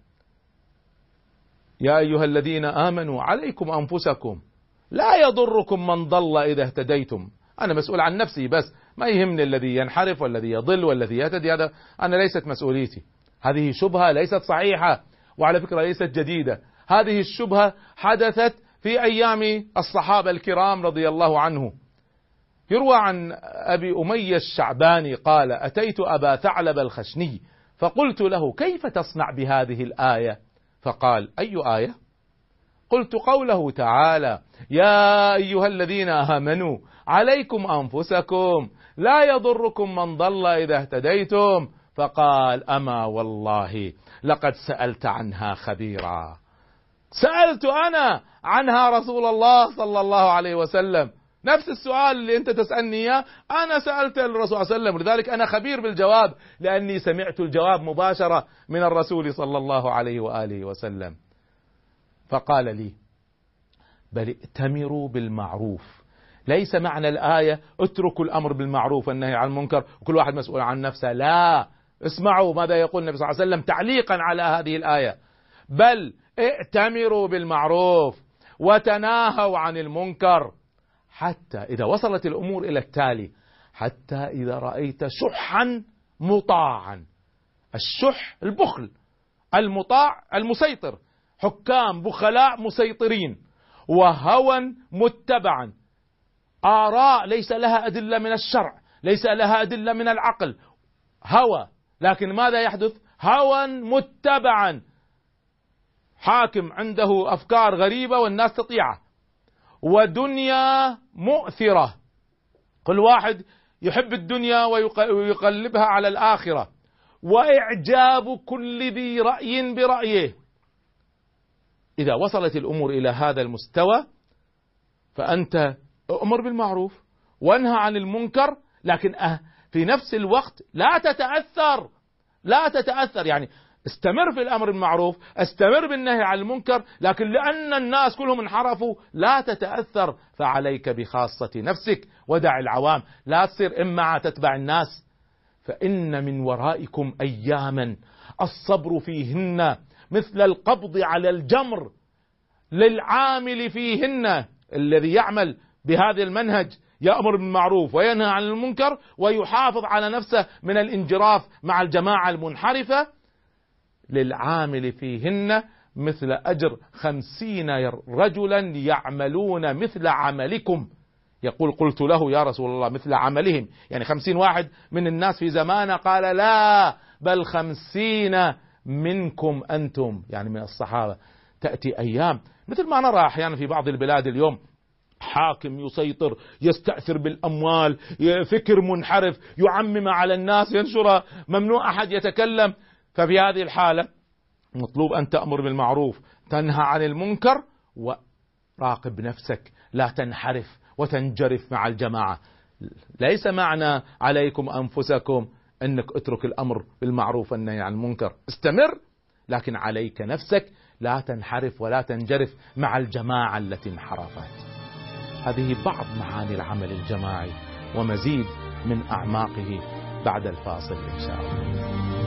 يا أيها الذين آمنوا عليكم أنفسكم لا يضركم من ضل إذا اهتديتم. أنا مسؤول عن نفسي بس، ما يهمني الذي ينحرف والذي يضل والذي يهتدي، هذا أنا ليست مسؤوليتي. هذه شبهة ليست صحيحة، وعلى فكرة ليست جديدة. هذه الشبهة حدثت في أيام الصحابة الكرام رضي الله عنه. يروى عن أبي أمية الشعباني قال: أتيت أبا ثعلب الخشني فقلت له: كيف تصنع بهذه الآية؟ فقال: أي آية؟ قلت: قوله تعالى: يا أيها الذين آمنوا عليكم أنفسكم لا يضركم من ضل إذا اهتديتم. فقال: أما والله لقد سألت عنها خبيرا. سألت أنا عنها رسول الله صلى الله عليه وسلم، نفس السؤال اللي أنت تسألني إياه أنا سألت الرسول صلى الله عليه وسلم، لذلك أنا خبير بالجواب لأني سمعت الجواب مباشرة من الرسول صلى الله عليه وآله وسلم. فقال لي: بل ائتمروا بالمعروف. ليس معنى الآية اتركوا الأمر بالمعروف والنهي عن المنكر وكل واحد مسؤول عن نفسه، لا. اسمعوا ماذا يقول النبي صلى الله عليه وسلم تعليقا على هذه الآية: بل ائتمروا بالمعروف وتناهوا عن المنكر، حتى إذا وصلت الأمور إلى التالي: حتى إذا رأيت شحا مطاعا. الشح البخل، المطاع المسيطر، حكام بخلاء مسيطرين، وهوى متبعا، آراء ليس لها أدلة من الشرع، ليس لها أدلة من العقل، هوى، لكن ماذا يحدث؟ هوى متبعا، حاكم عنده أفكار غريبة والناس تطيعه، ودنيا مؤثرة، كل واحد يحب الدنيا ويقلبها على الآخرة، وإعجاب كل ذي رأي برأيه. إذا وصلت الأمور إلى هذا المستوى فأنت أمر بالمعروف وانهى عن المنكر، لكن في نفس الوقت لا تتأثر، يعني استمر في الأمر بالمعروف، استمر بالنهي عن المنكر، لكن لأن الناس كلهم انحرفوا لا تتأثر، فعليك بخاصة نفسك ودع العوام، لا تصير إما تتبع الناس. فإن من ورائكم أياما الصبر فيهن مثل القبض على الجمر، للعامل فيهن الذي يعمل بهذا المنهج، يأمر بالمعروف وينهى عن المنكر ويحافظ على نفسه من الانجراف مع الجماعة المنحرفة، للعامل فيهن مثل أجر 50 رجلا يعملون مثل عملكم. يقول قلت له يا رسول الله مثل عملهم، يعني 50 واحد من الناس في زمانه، قال لا بل 50 منكم أنتم، يعني من الصحابة. تأتي أيام مثل ما نرى أحيانا في بعض البلاد اليوم، حاكم يسيطر، يستأثر بالأموال، فكر منحرف، يعمم على الناس، ينشر، ممنوع أحد يتكلم. ففي هذه الحالة مطلوب أن تأمر بالمعروف، تنهى عن المنكر، وراقب نفسك لا تنحرف وتنجرف مع الجماعة. ليس معنى عليكم أنفسكم أنك اترك الأمر بالمعروف والنهي عن المنكر، استمر، لكن عليك نفسك لا تنحرف ولا تنجرف مع الجماعة التي انحرفت. هذه بعض معاني العمل الجماعي ومزيد من أعماقه بعد الفاصل إن شاء الله.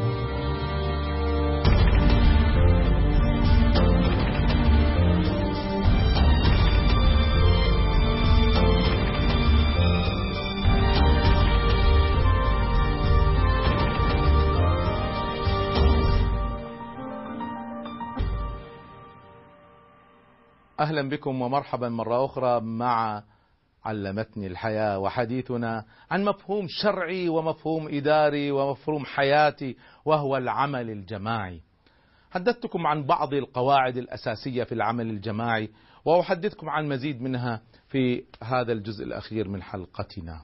أهلا بكم ومرحبا مرة أخرى مع علمتني الحياة، وحديثنا عن مفهوم شرعي ومفهوم إداري ومفهوم حياتي، وهو العمل الجماعي. حدثتكم عن بعض القواعد الأساسية في العمل الجماعي، وأحدثكم عن مزيد منها في هذا الجزء الأخير من حلقتنا.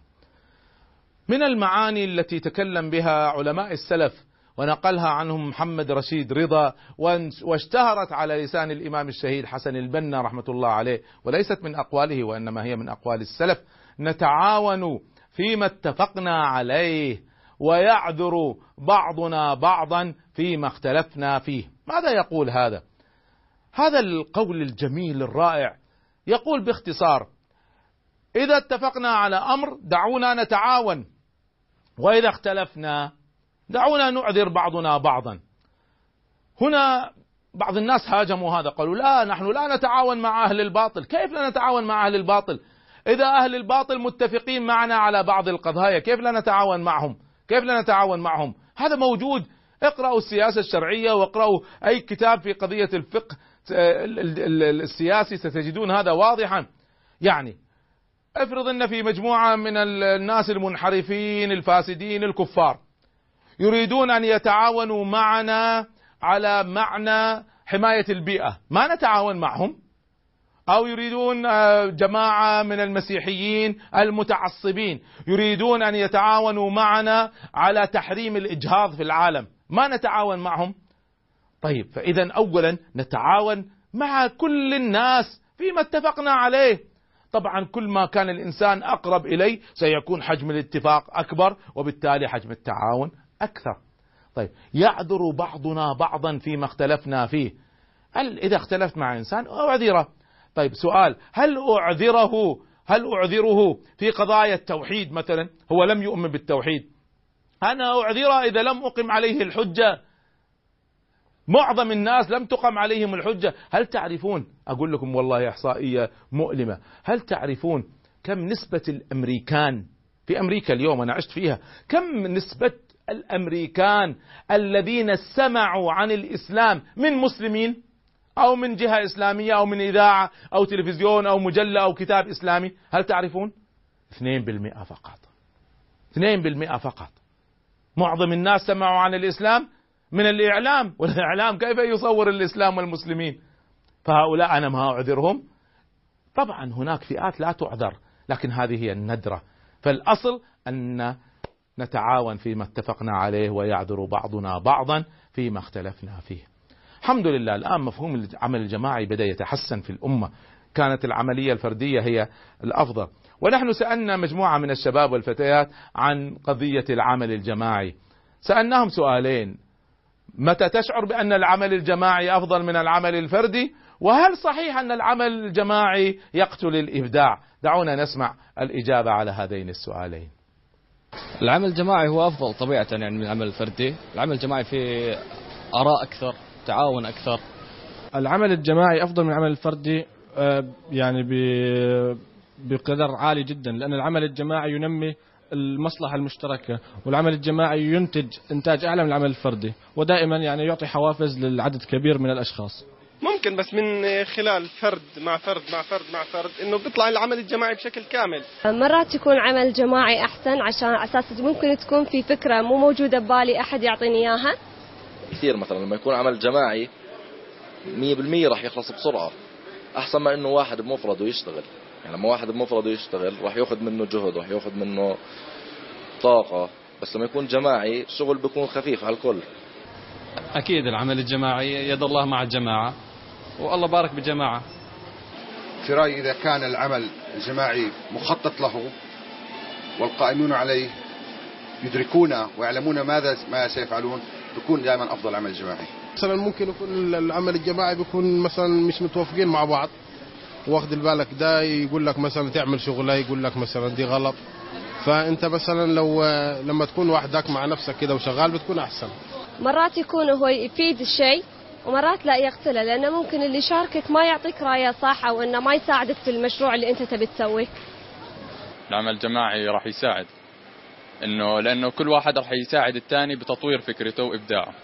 من المعاني التي تكلم بها علماء السلف ونقلها عنهم محمد رشيد رضا، واشتهرت على لسان الإمام الشهيد حسن البنا رحمة الله عليه، وليست من أقواله وإنما هي من أقوال السلف: نتعاون فيما اتفقنا عليه ويعذر بعضنا بعضا فيما اختلفنا فيه. ماذا يقول هذا؟ هذا القول الجميل الرائع يقول باختصار: إذا اتفقنا على أمر دعونا نتعاون، وإذا اختلفنا دعونا نعذر بعضنا بعضا. هنا بعض الناس هاجموا هذا، قالوا لا، نحن لا نتعاون مع أهل الباطل. كيف لا نتعاون مع أهل الباطل؟ إذا أهل الباطل متفقين معنا على بعض القضايا كيف لا نتعاون معهم؟ كيف لا نتعاون معهم؟ هذا موجود. اقرأوا السياسة الشرعية واقرأوا أي كتاب في قضية الفقه السياسي ستجدون هذا واضحا. يعني افرض أن في مجموعة من الناس المنحرفين الفاسدين الكفار يريدون أن يتعاونوا معنا على معنى حماية البيئة، ما نتعاون معهم؟ أو يريدون جماعة من المسيحيين المتعصبين يريدون أن يتعاونوا معنا على تحريم الإجهاض في العالم، ما نتعاون معهم؟ طيب، فإذا أولا نتعاون مع كل الناس فيما اتفقنا عليه. طبعا كل ما كان الإنسان أقرب إليه سيكون حجم الاتفاق أكبر، وبالتالي حجم التعاون أكثر. طيب، يعذر بعضنا بعضا فيما اختلفنا فيه. هل إذا اختلفت مع إنسان أعذره؟ طيب سؤال: هل أعذره في قضايا التوحيد مثلا؟ هو لم يؤمن بالتوحيد، أنا أعذره إذا لم أقم عليه الحجة. معظم الناس لم تقم عليهم الحجة. هل تعرفون، أقول لكم والله إحصائية مؤلمة، هل تعرفون كم نسبة الأمريكان في أمريكا اليوم؟ أنا عشت فيها. كم نسبة الأمريكان الذين سمعوا عن الإسلام من مسلمين أو من جهة إسلامية أو من إذاعة أو تلفزيون أو مجلة أو كتاب إسلامي؟ هل تعرفون؟ 2% فقط. 2% فقط. معظم الناس سمعوا عن الإسلام من الإعلام، والإعلام كيف يصور الإسلام والمسلمين؟ فهؤلاء أنا ما أعذرهم. طبعا هناك فئات لا تعذر، لكن هذه هي الندرة. فالأصل أن نتعاون فيما اتفقنا عليه ويعذر بعضنا بعضا فيما اختلفنا فيه. الحمد لله الآن مفهوم العمل الجماعي بدأ يتحسن في الأمة. كانت العملية الفردية هي الأفضل، ونحن سألنا مجموعة من الشباب والفتيات عن قضية العمل الجماعي، سألناهم سؤالين: متى تشعر بأن العمل الجماعي أفضل من العمل الفردي؟ وهل صحيح أن العمل الجماعي يقتل الإبداع؟ دعونا نسمع الإجابة على هذين السؤالين. العمل الجماعي هو أفضل طبيعة يعني من العمل الفردي. العمل الجماعي فيه آراء أكثر، تعاون أكثر. العمل الجماعي أفضل من العمل الفردي يعني بقدر عالي جدا، لأن العمل الجماعي ينمي المصلحة المشتركة، والعمل الجماعي ينتج إنتاج أعلى من العمل الفردي، ودائما يعني يعطي حوافز للعدد كبير من الأشخاص. ممكن بس من خلال فرد مع فرد مع فرد مع فرد انه بيطلع العمل الجماعي بشكل كامل. مرات يكون عمل جماعي احسن عشان على اساس ممكن تكون في فكرة مو موجودة ببالي احد يعطيني اياها. كثير مثلا لما يكون عمل جماعي 100% راح يخلص بسرعة، احسن ما انه واحد بمفرده يشتغل. يعني لما واحد بمفرده يشتغل راح ياخذ منه جهد، راح ياخذ منه طاقة، بس لما يكون جماعي الشغل بيكون خفيف على الكل. أكيد العمل الجماعي يد الله مع الجماعة، والله بارك بالجماعة. في رأيي إذا كان العمل الجماعي مخطط له والقائمون عليه يدركون ويعلمون ما سيفعلون، بيكون دائما أفضل عمل جماعي. مثلا ممكن يكون العمل الجماعي بيكون مثلا مش متوافقين مع بعض، واخد بالك ده يقول لك مثلا تعمل شغله، يقول لك مثلا دي غلط، فأنت مثلا لما تكون وحدك مع نفسك كده وشغال بتكون أحسن. مرات يكون هو يفيد الشيء ومرات لا يقتله، لأنه ممكن اللي يشاركك ما يعطيك رأيه صح أو إنه ما يساعدك في المشروع اللي أنت تبي تسويه. العمل الجماعي راح يساعد، لأنه كل واحد راح يساعد الثاني بتطوير فكرته وإبداعه.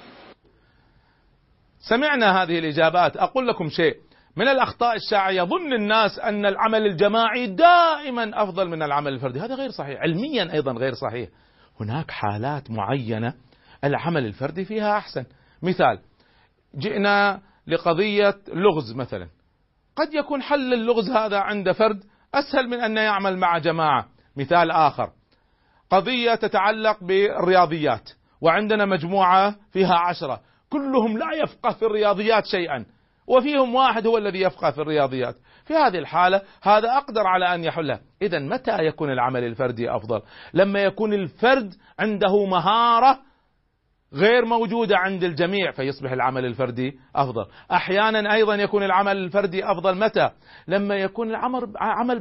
سمعنا هذه الإجابات. أقول لكم شيء من الأخطاء الشائعة: يظن الناس أن العمل الجماعي دائما أفضل من العمل الفردي. هذا غير صحيح، علميا أيضا غير صحيح. هناك حالات معينة العمل الفردي فيها أحسن. مثال: جئنا لقضية لغز مثلا، قد يكون حل اللغز هذا عند فرد أسهل من أن يعمل مع جماعة. مثال آخر: قضية تتعلق بالرياضيات، وعندنا مجموعة فيها 10 كلهم لا يفقه في الرياضيات شيئا، وفيهم واحد هو الذي يفقه في الرياضيات. في هذه الحالة هذا أقدر على أن يحلها. إذا متى يكون العمل الفردي أفضل؟ لما يكون الفرد عنده مهارة غير موجودة عند الجميع فيصبح العمل الفردي أفضل. أحيانا أيضا يكون العمل الفردي أفضل متى؟ لما يكون العمل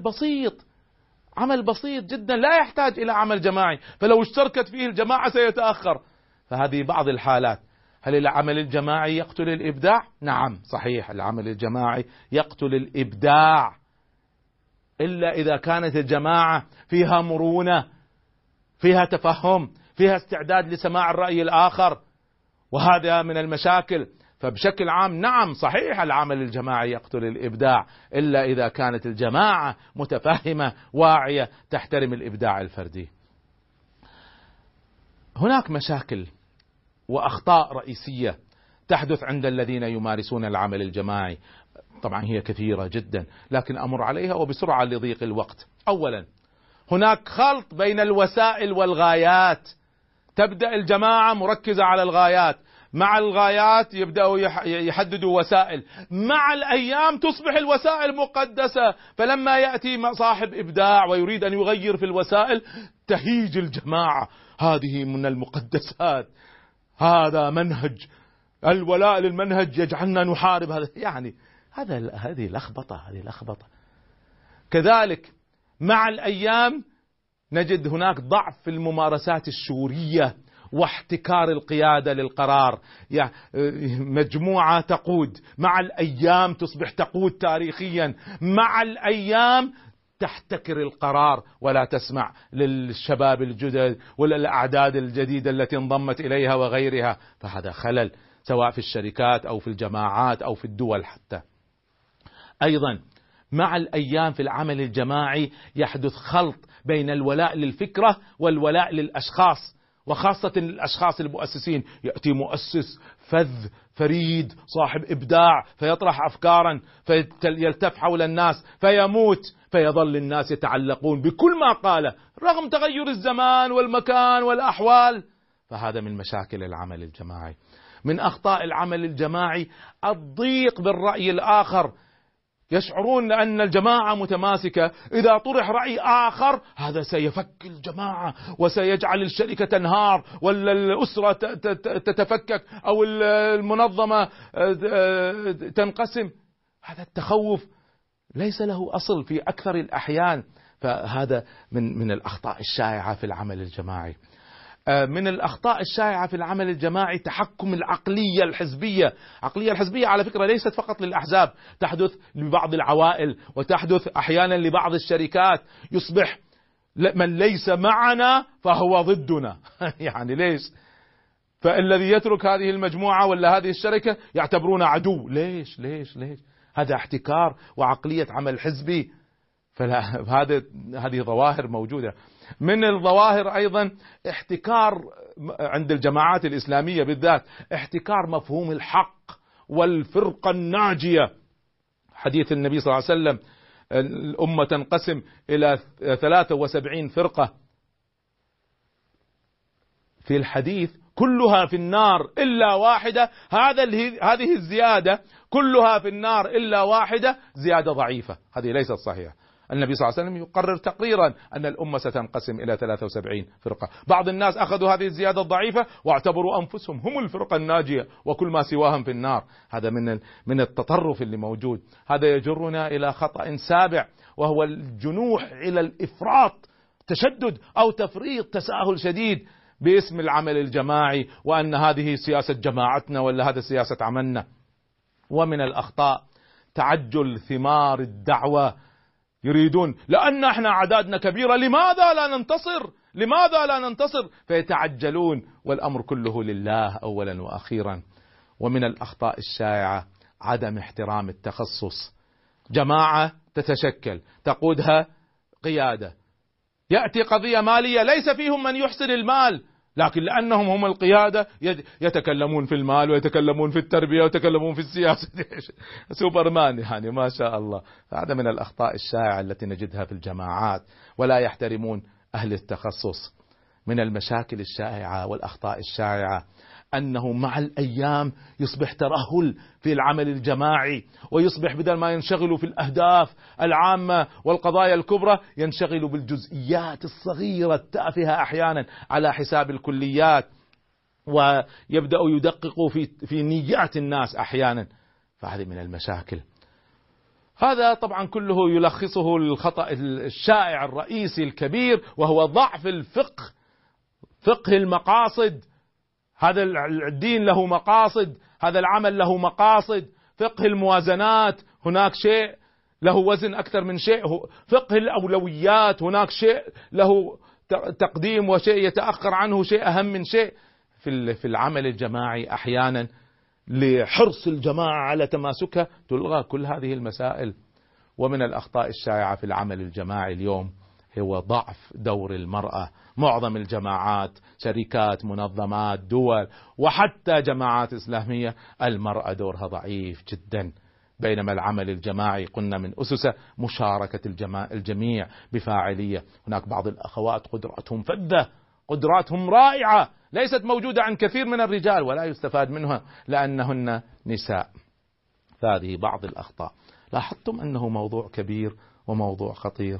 عمل بسيط جدا لا يحتاج إلى عمل جماعي، فلو اشتركت فيه الجماعة سيتأخر. فهذه بعض الحالات. هل العمل الجماعي يقتل الإبداع؟ نعم صحيح، العمل الجماعي يقتل الإبداع، إلا إذا كانت الجماعة فيها مرونة، فيها تفهم، فيها استعداد لسماع الرأي الآخر، وهذا من المشاكل. فبشكل عام نعم صحيح العمل الجماعي يقتل الإبداع، إلا إذا كانت الجماعة متفهمة واعية تحترم الإبداع الفردي. هناك مشاكل وأخطاء رئيسية تحدث عند الذين يمارسون العمل الجماعي. طبعا هي كثيرة جدا لكن أمر عليها وبسرعة لضيق الوقت. أولا، هناك خلط بين الوسائل والغايات. تبدأ الجماعة مركزة على الغايات، مع الغايات يبدأوا يحددوا وسائل، مع الأيام تصبح الوسائل مقدسة، فلما يأتي صاحب إبداع ويريد أن يغير في الوسائل تهيج الجماعة: هذه من المقدسات، هذا منهج، الولاء للمنهج يجعلنا نحارب هذا. يعني هذه لخبطة. كذلك مع الأيام نجد هناك ضعف في الممارسات الشورية واحتكار القيادة للقرار. يعني مجموعة تقود، مع الأيام تصبح تقود تاريخيا، مع الأيام تحتكر القرار ولا تسمع للشباب الجدد والأعداد الجديدة التي انضمت إليها وغيرها. فهذا خلل سواء في الشركات أو في الجماعات أو في الدول حتى. أيضا مع الأيام في العمل الجماعي يحدث خلط بين الولاء للفكرة والولاء للأشخاص، وخاصة الأشخاص المؤسسين. يأتي مؤسس فذ فريد صاحب إبداع فيطرح أفكارا فيلتف حول الناس فيموت، فيظل الناس يتعلقون بكل ما قاله رغم تغير الزمان والمكان والأحوال. فهذا من مشاكل العمل الجماعي. من أخطاء العمل الجماعي الضيق بالرأي الآخر. يشعرون أن الجماعة متماسكة. إذا طرح رأي آخر هذا سيفك الجماعة وسيجعل الشركة تنهار، ولا الأسرة تتفكك، أو المنظمة تنقسم. هذا التخوف ليس له أصل في أكثر الأحيان. فهذا من الأخطاء الشائعة في العمل الجماعي. من الأخطاء الشائعة في العمل الجماعي تحكم العقلية الحزبية. العقلية الحزبية على فكرة ليست فقط للأحزاب، تحدث لبعض العوائل، وتحدث أحيانا لبعض الشركات. يصبح من ليس معنا فهو ضدنا. يعني ليش؟ فالذي يترك هذه المجموعة ولا هذه الشركة يعتبرون عدو. ليش ليش ليش؟ هذا احتكار وعقلية عمل حزبي. هذه ظواهر موجودة. من الظواهر أيضا احتكار عند الجماعات الإسلامية بالذات، احتكار مفهوم الحق والفرقة الناجية. حديث النبي صلى الله عليه وسلم الأمة تنقسم إلى 73 فرقة، في الحديث كلها في النار إلا واحدة. هذه الزيادة كلها في النار إلا واحدة زيادة ضعيفة، هذه ليست صحيحة. النبي صلى الله عليه وسلم يقرر تقريرا أن الأمة ستنقسم إلى 73 فرقة. بعض الناس أخذوا هذه الزيادة الضعيفة واعتبروا أنفسهم هم الفرقة الناجية وكل ما سواهم في النار. هذا من التطرف اللي موجود. هذا يجرنا إلى خطأ سابع، وهو الجنوح إلى الإفراط، تشدد أو تفريط، تساهل شديد باسم العمل الجماعي، وأن هذه سياسة جماعتنا ولا هذا سياسة عملنا. ومن الأخطاء تعجل ثمار الدعوة. يريدون لأن احنا عددنا كبيرة لماذا لا ننتصر، فيتعجلون، والأمر كله لله أولا وأخيرا. ومن الأخطاء الشائعة عدم احترام التخصص. جماعة تتشكل تقودها قيادة، يأتي قضية مالية ليس فيهم من يحسن المال، لكن لأنهم هم القيادة يتكلمون في المال ويتكلمون في التربية ويتكلمون في السياسة. سوبرمان يعني ما شاء الله. هذا من الأخطاء الشائعة التي نجدها في الجماعات، ولا يحترمون أهل التخصص. من المشاكل الشائعة والأخطاء الشائعة أنه مع الأيام يصبح ترهل في العمل الجماعي، ويصبح بدل ما ينشغلوا في الأهداف العامة والقضايا الكبرى ينشغلوا بالجزئيات الصغيرة التافهة أحيانا على حساب الكليات، ويبدأوا يدققوا في نيات الناس أحيانا. فهذه من المشاكل. هذا طبعا كله يلخصه الخطأ الشائع الرئيسي الكبير، وهو ضعف الفقه، فقه المقاصد. هذا الدين له مقاصد، هذا العمل له مقاصد. فقه الموازنات، هناك شيء له وزن أكثر من شيء. فقه الأولويات، هناك شيء له تقديم وشيء يتأخر عنه، شيء أهم من شيء. في العمل الجماعي أحيانا لحرص الجماعة على تماسكها تلغى كل هذه المسائل. ومن الأخطاء الشائعة في العمل الجماعي اليوم هو ضعف دور المرأة. معظم الجماعات، شركات، منظمات، دول، وحتى جماعات إسلامية، المرأة دورها ضعيف جدا. بينما العمل الجماعي قلنا من أسسه مشاركة الجميع بفاعلية. هناك بعض الأخوات قدراتهم فذة، قدراتهم رائعة، ليست موجودة عند كثير من الرجال، ولا يستفاد منها لأنهن نساء. فهذه بعض الأخطاء. لاحظتم أنه موضوع كبير وموضوع خطير.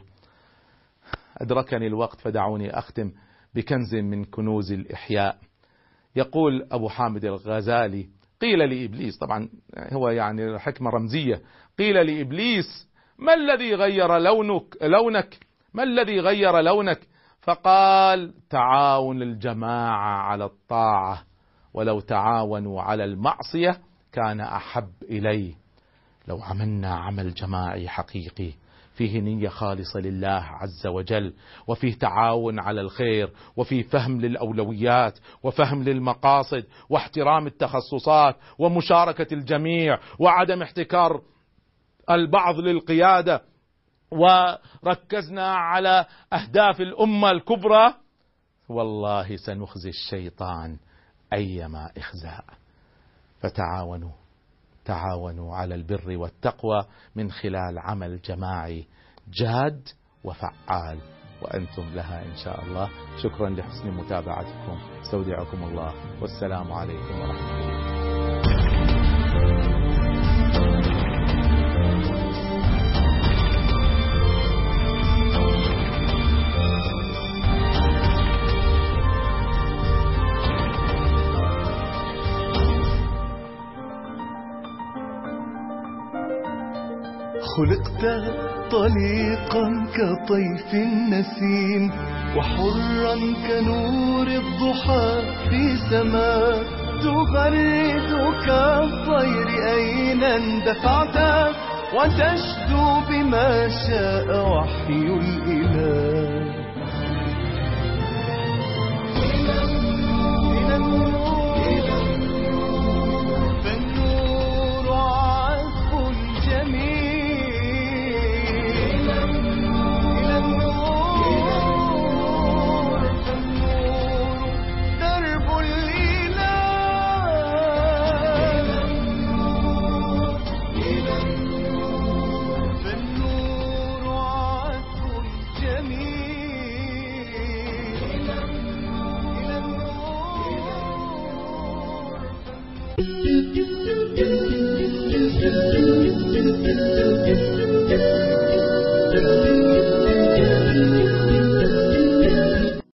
أدركني الوقت فدعوني أختم بكنز من كنوز الإحياء. يقول أبو حامد الغزالي: قيل لإبليس، طبعا هو يعني حكمة رمزية، قيل لإبليس: ما الذي غير لونك؟ ما الذي غير لونك؟ فقال: تعاون الجماعة على الطاعة، ولو تعاونوا على المعصية كان أحب إلي. لو عملنا عمل جماعي حقيقي فيه نية خالصة لله عز وجل، وفيه تعاون على الخير، وفيه فهم للأولويات، وفهم للمقاصد، واحترام التخصصات، ومشاركة الجميع، وعدم احتكار البعض للقيادة، وركزنا على أهداف الأمة الكبرى، والله سنخزي الشيطان أيما إخزاء. تعاونوا على البر والتقوى من خلال عمل جماعي جاد وفعال، وأنتم لها إن شاء الله. شكرا لحسن متابعتكم، استودعكم الله، والسلام عليكم ورحمة الله. خلقت طليقا كطيف النسيم وحرا كنور الضحى في سماء تغرد كالطير أين اندفعت وتشدو بما شاء وحي الإله فالنور عذب جميل إلى النور فالنور درب الإله فالنور عذب جميل إلى النور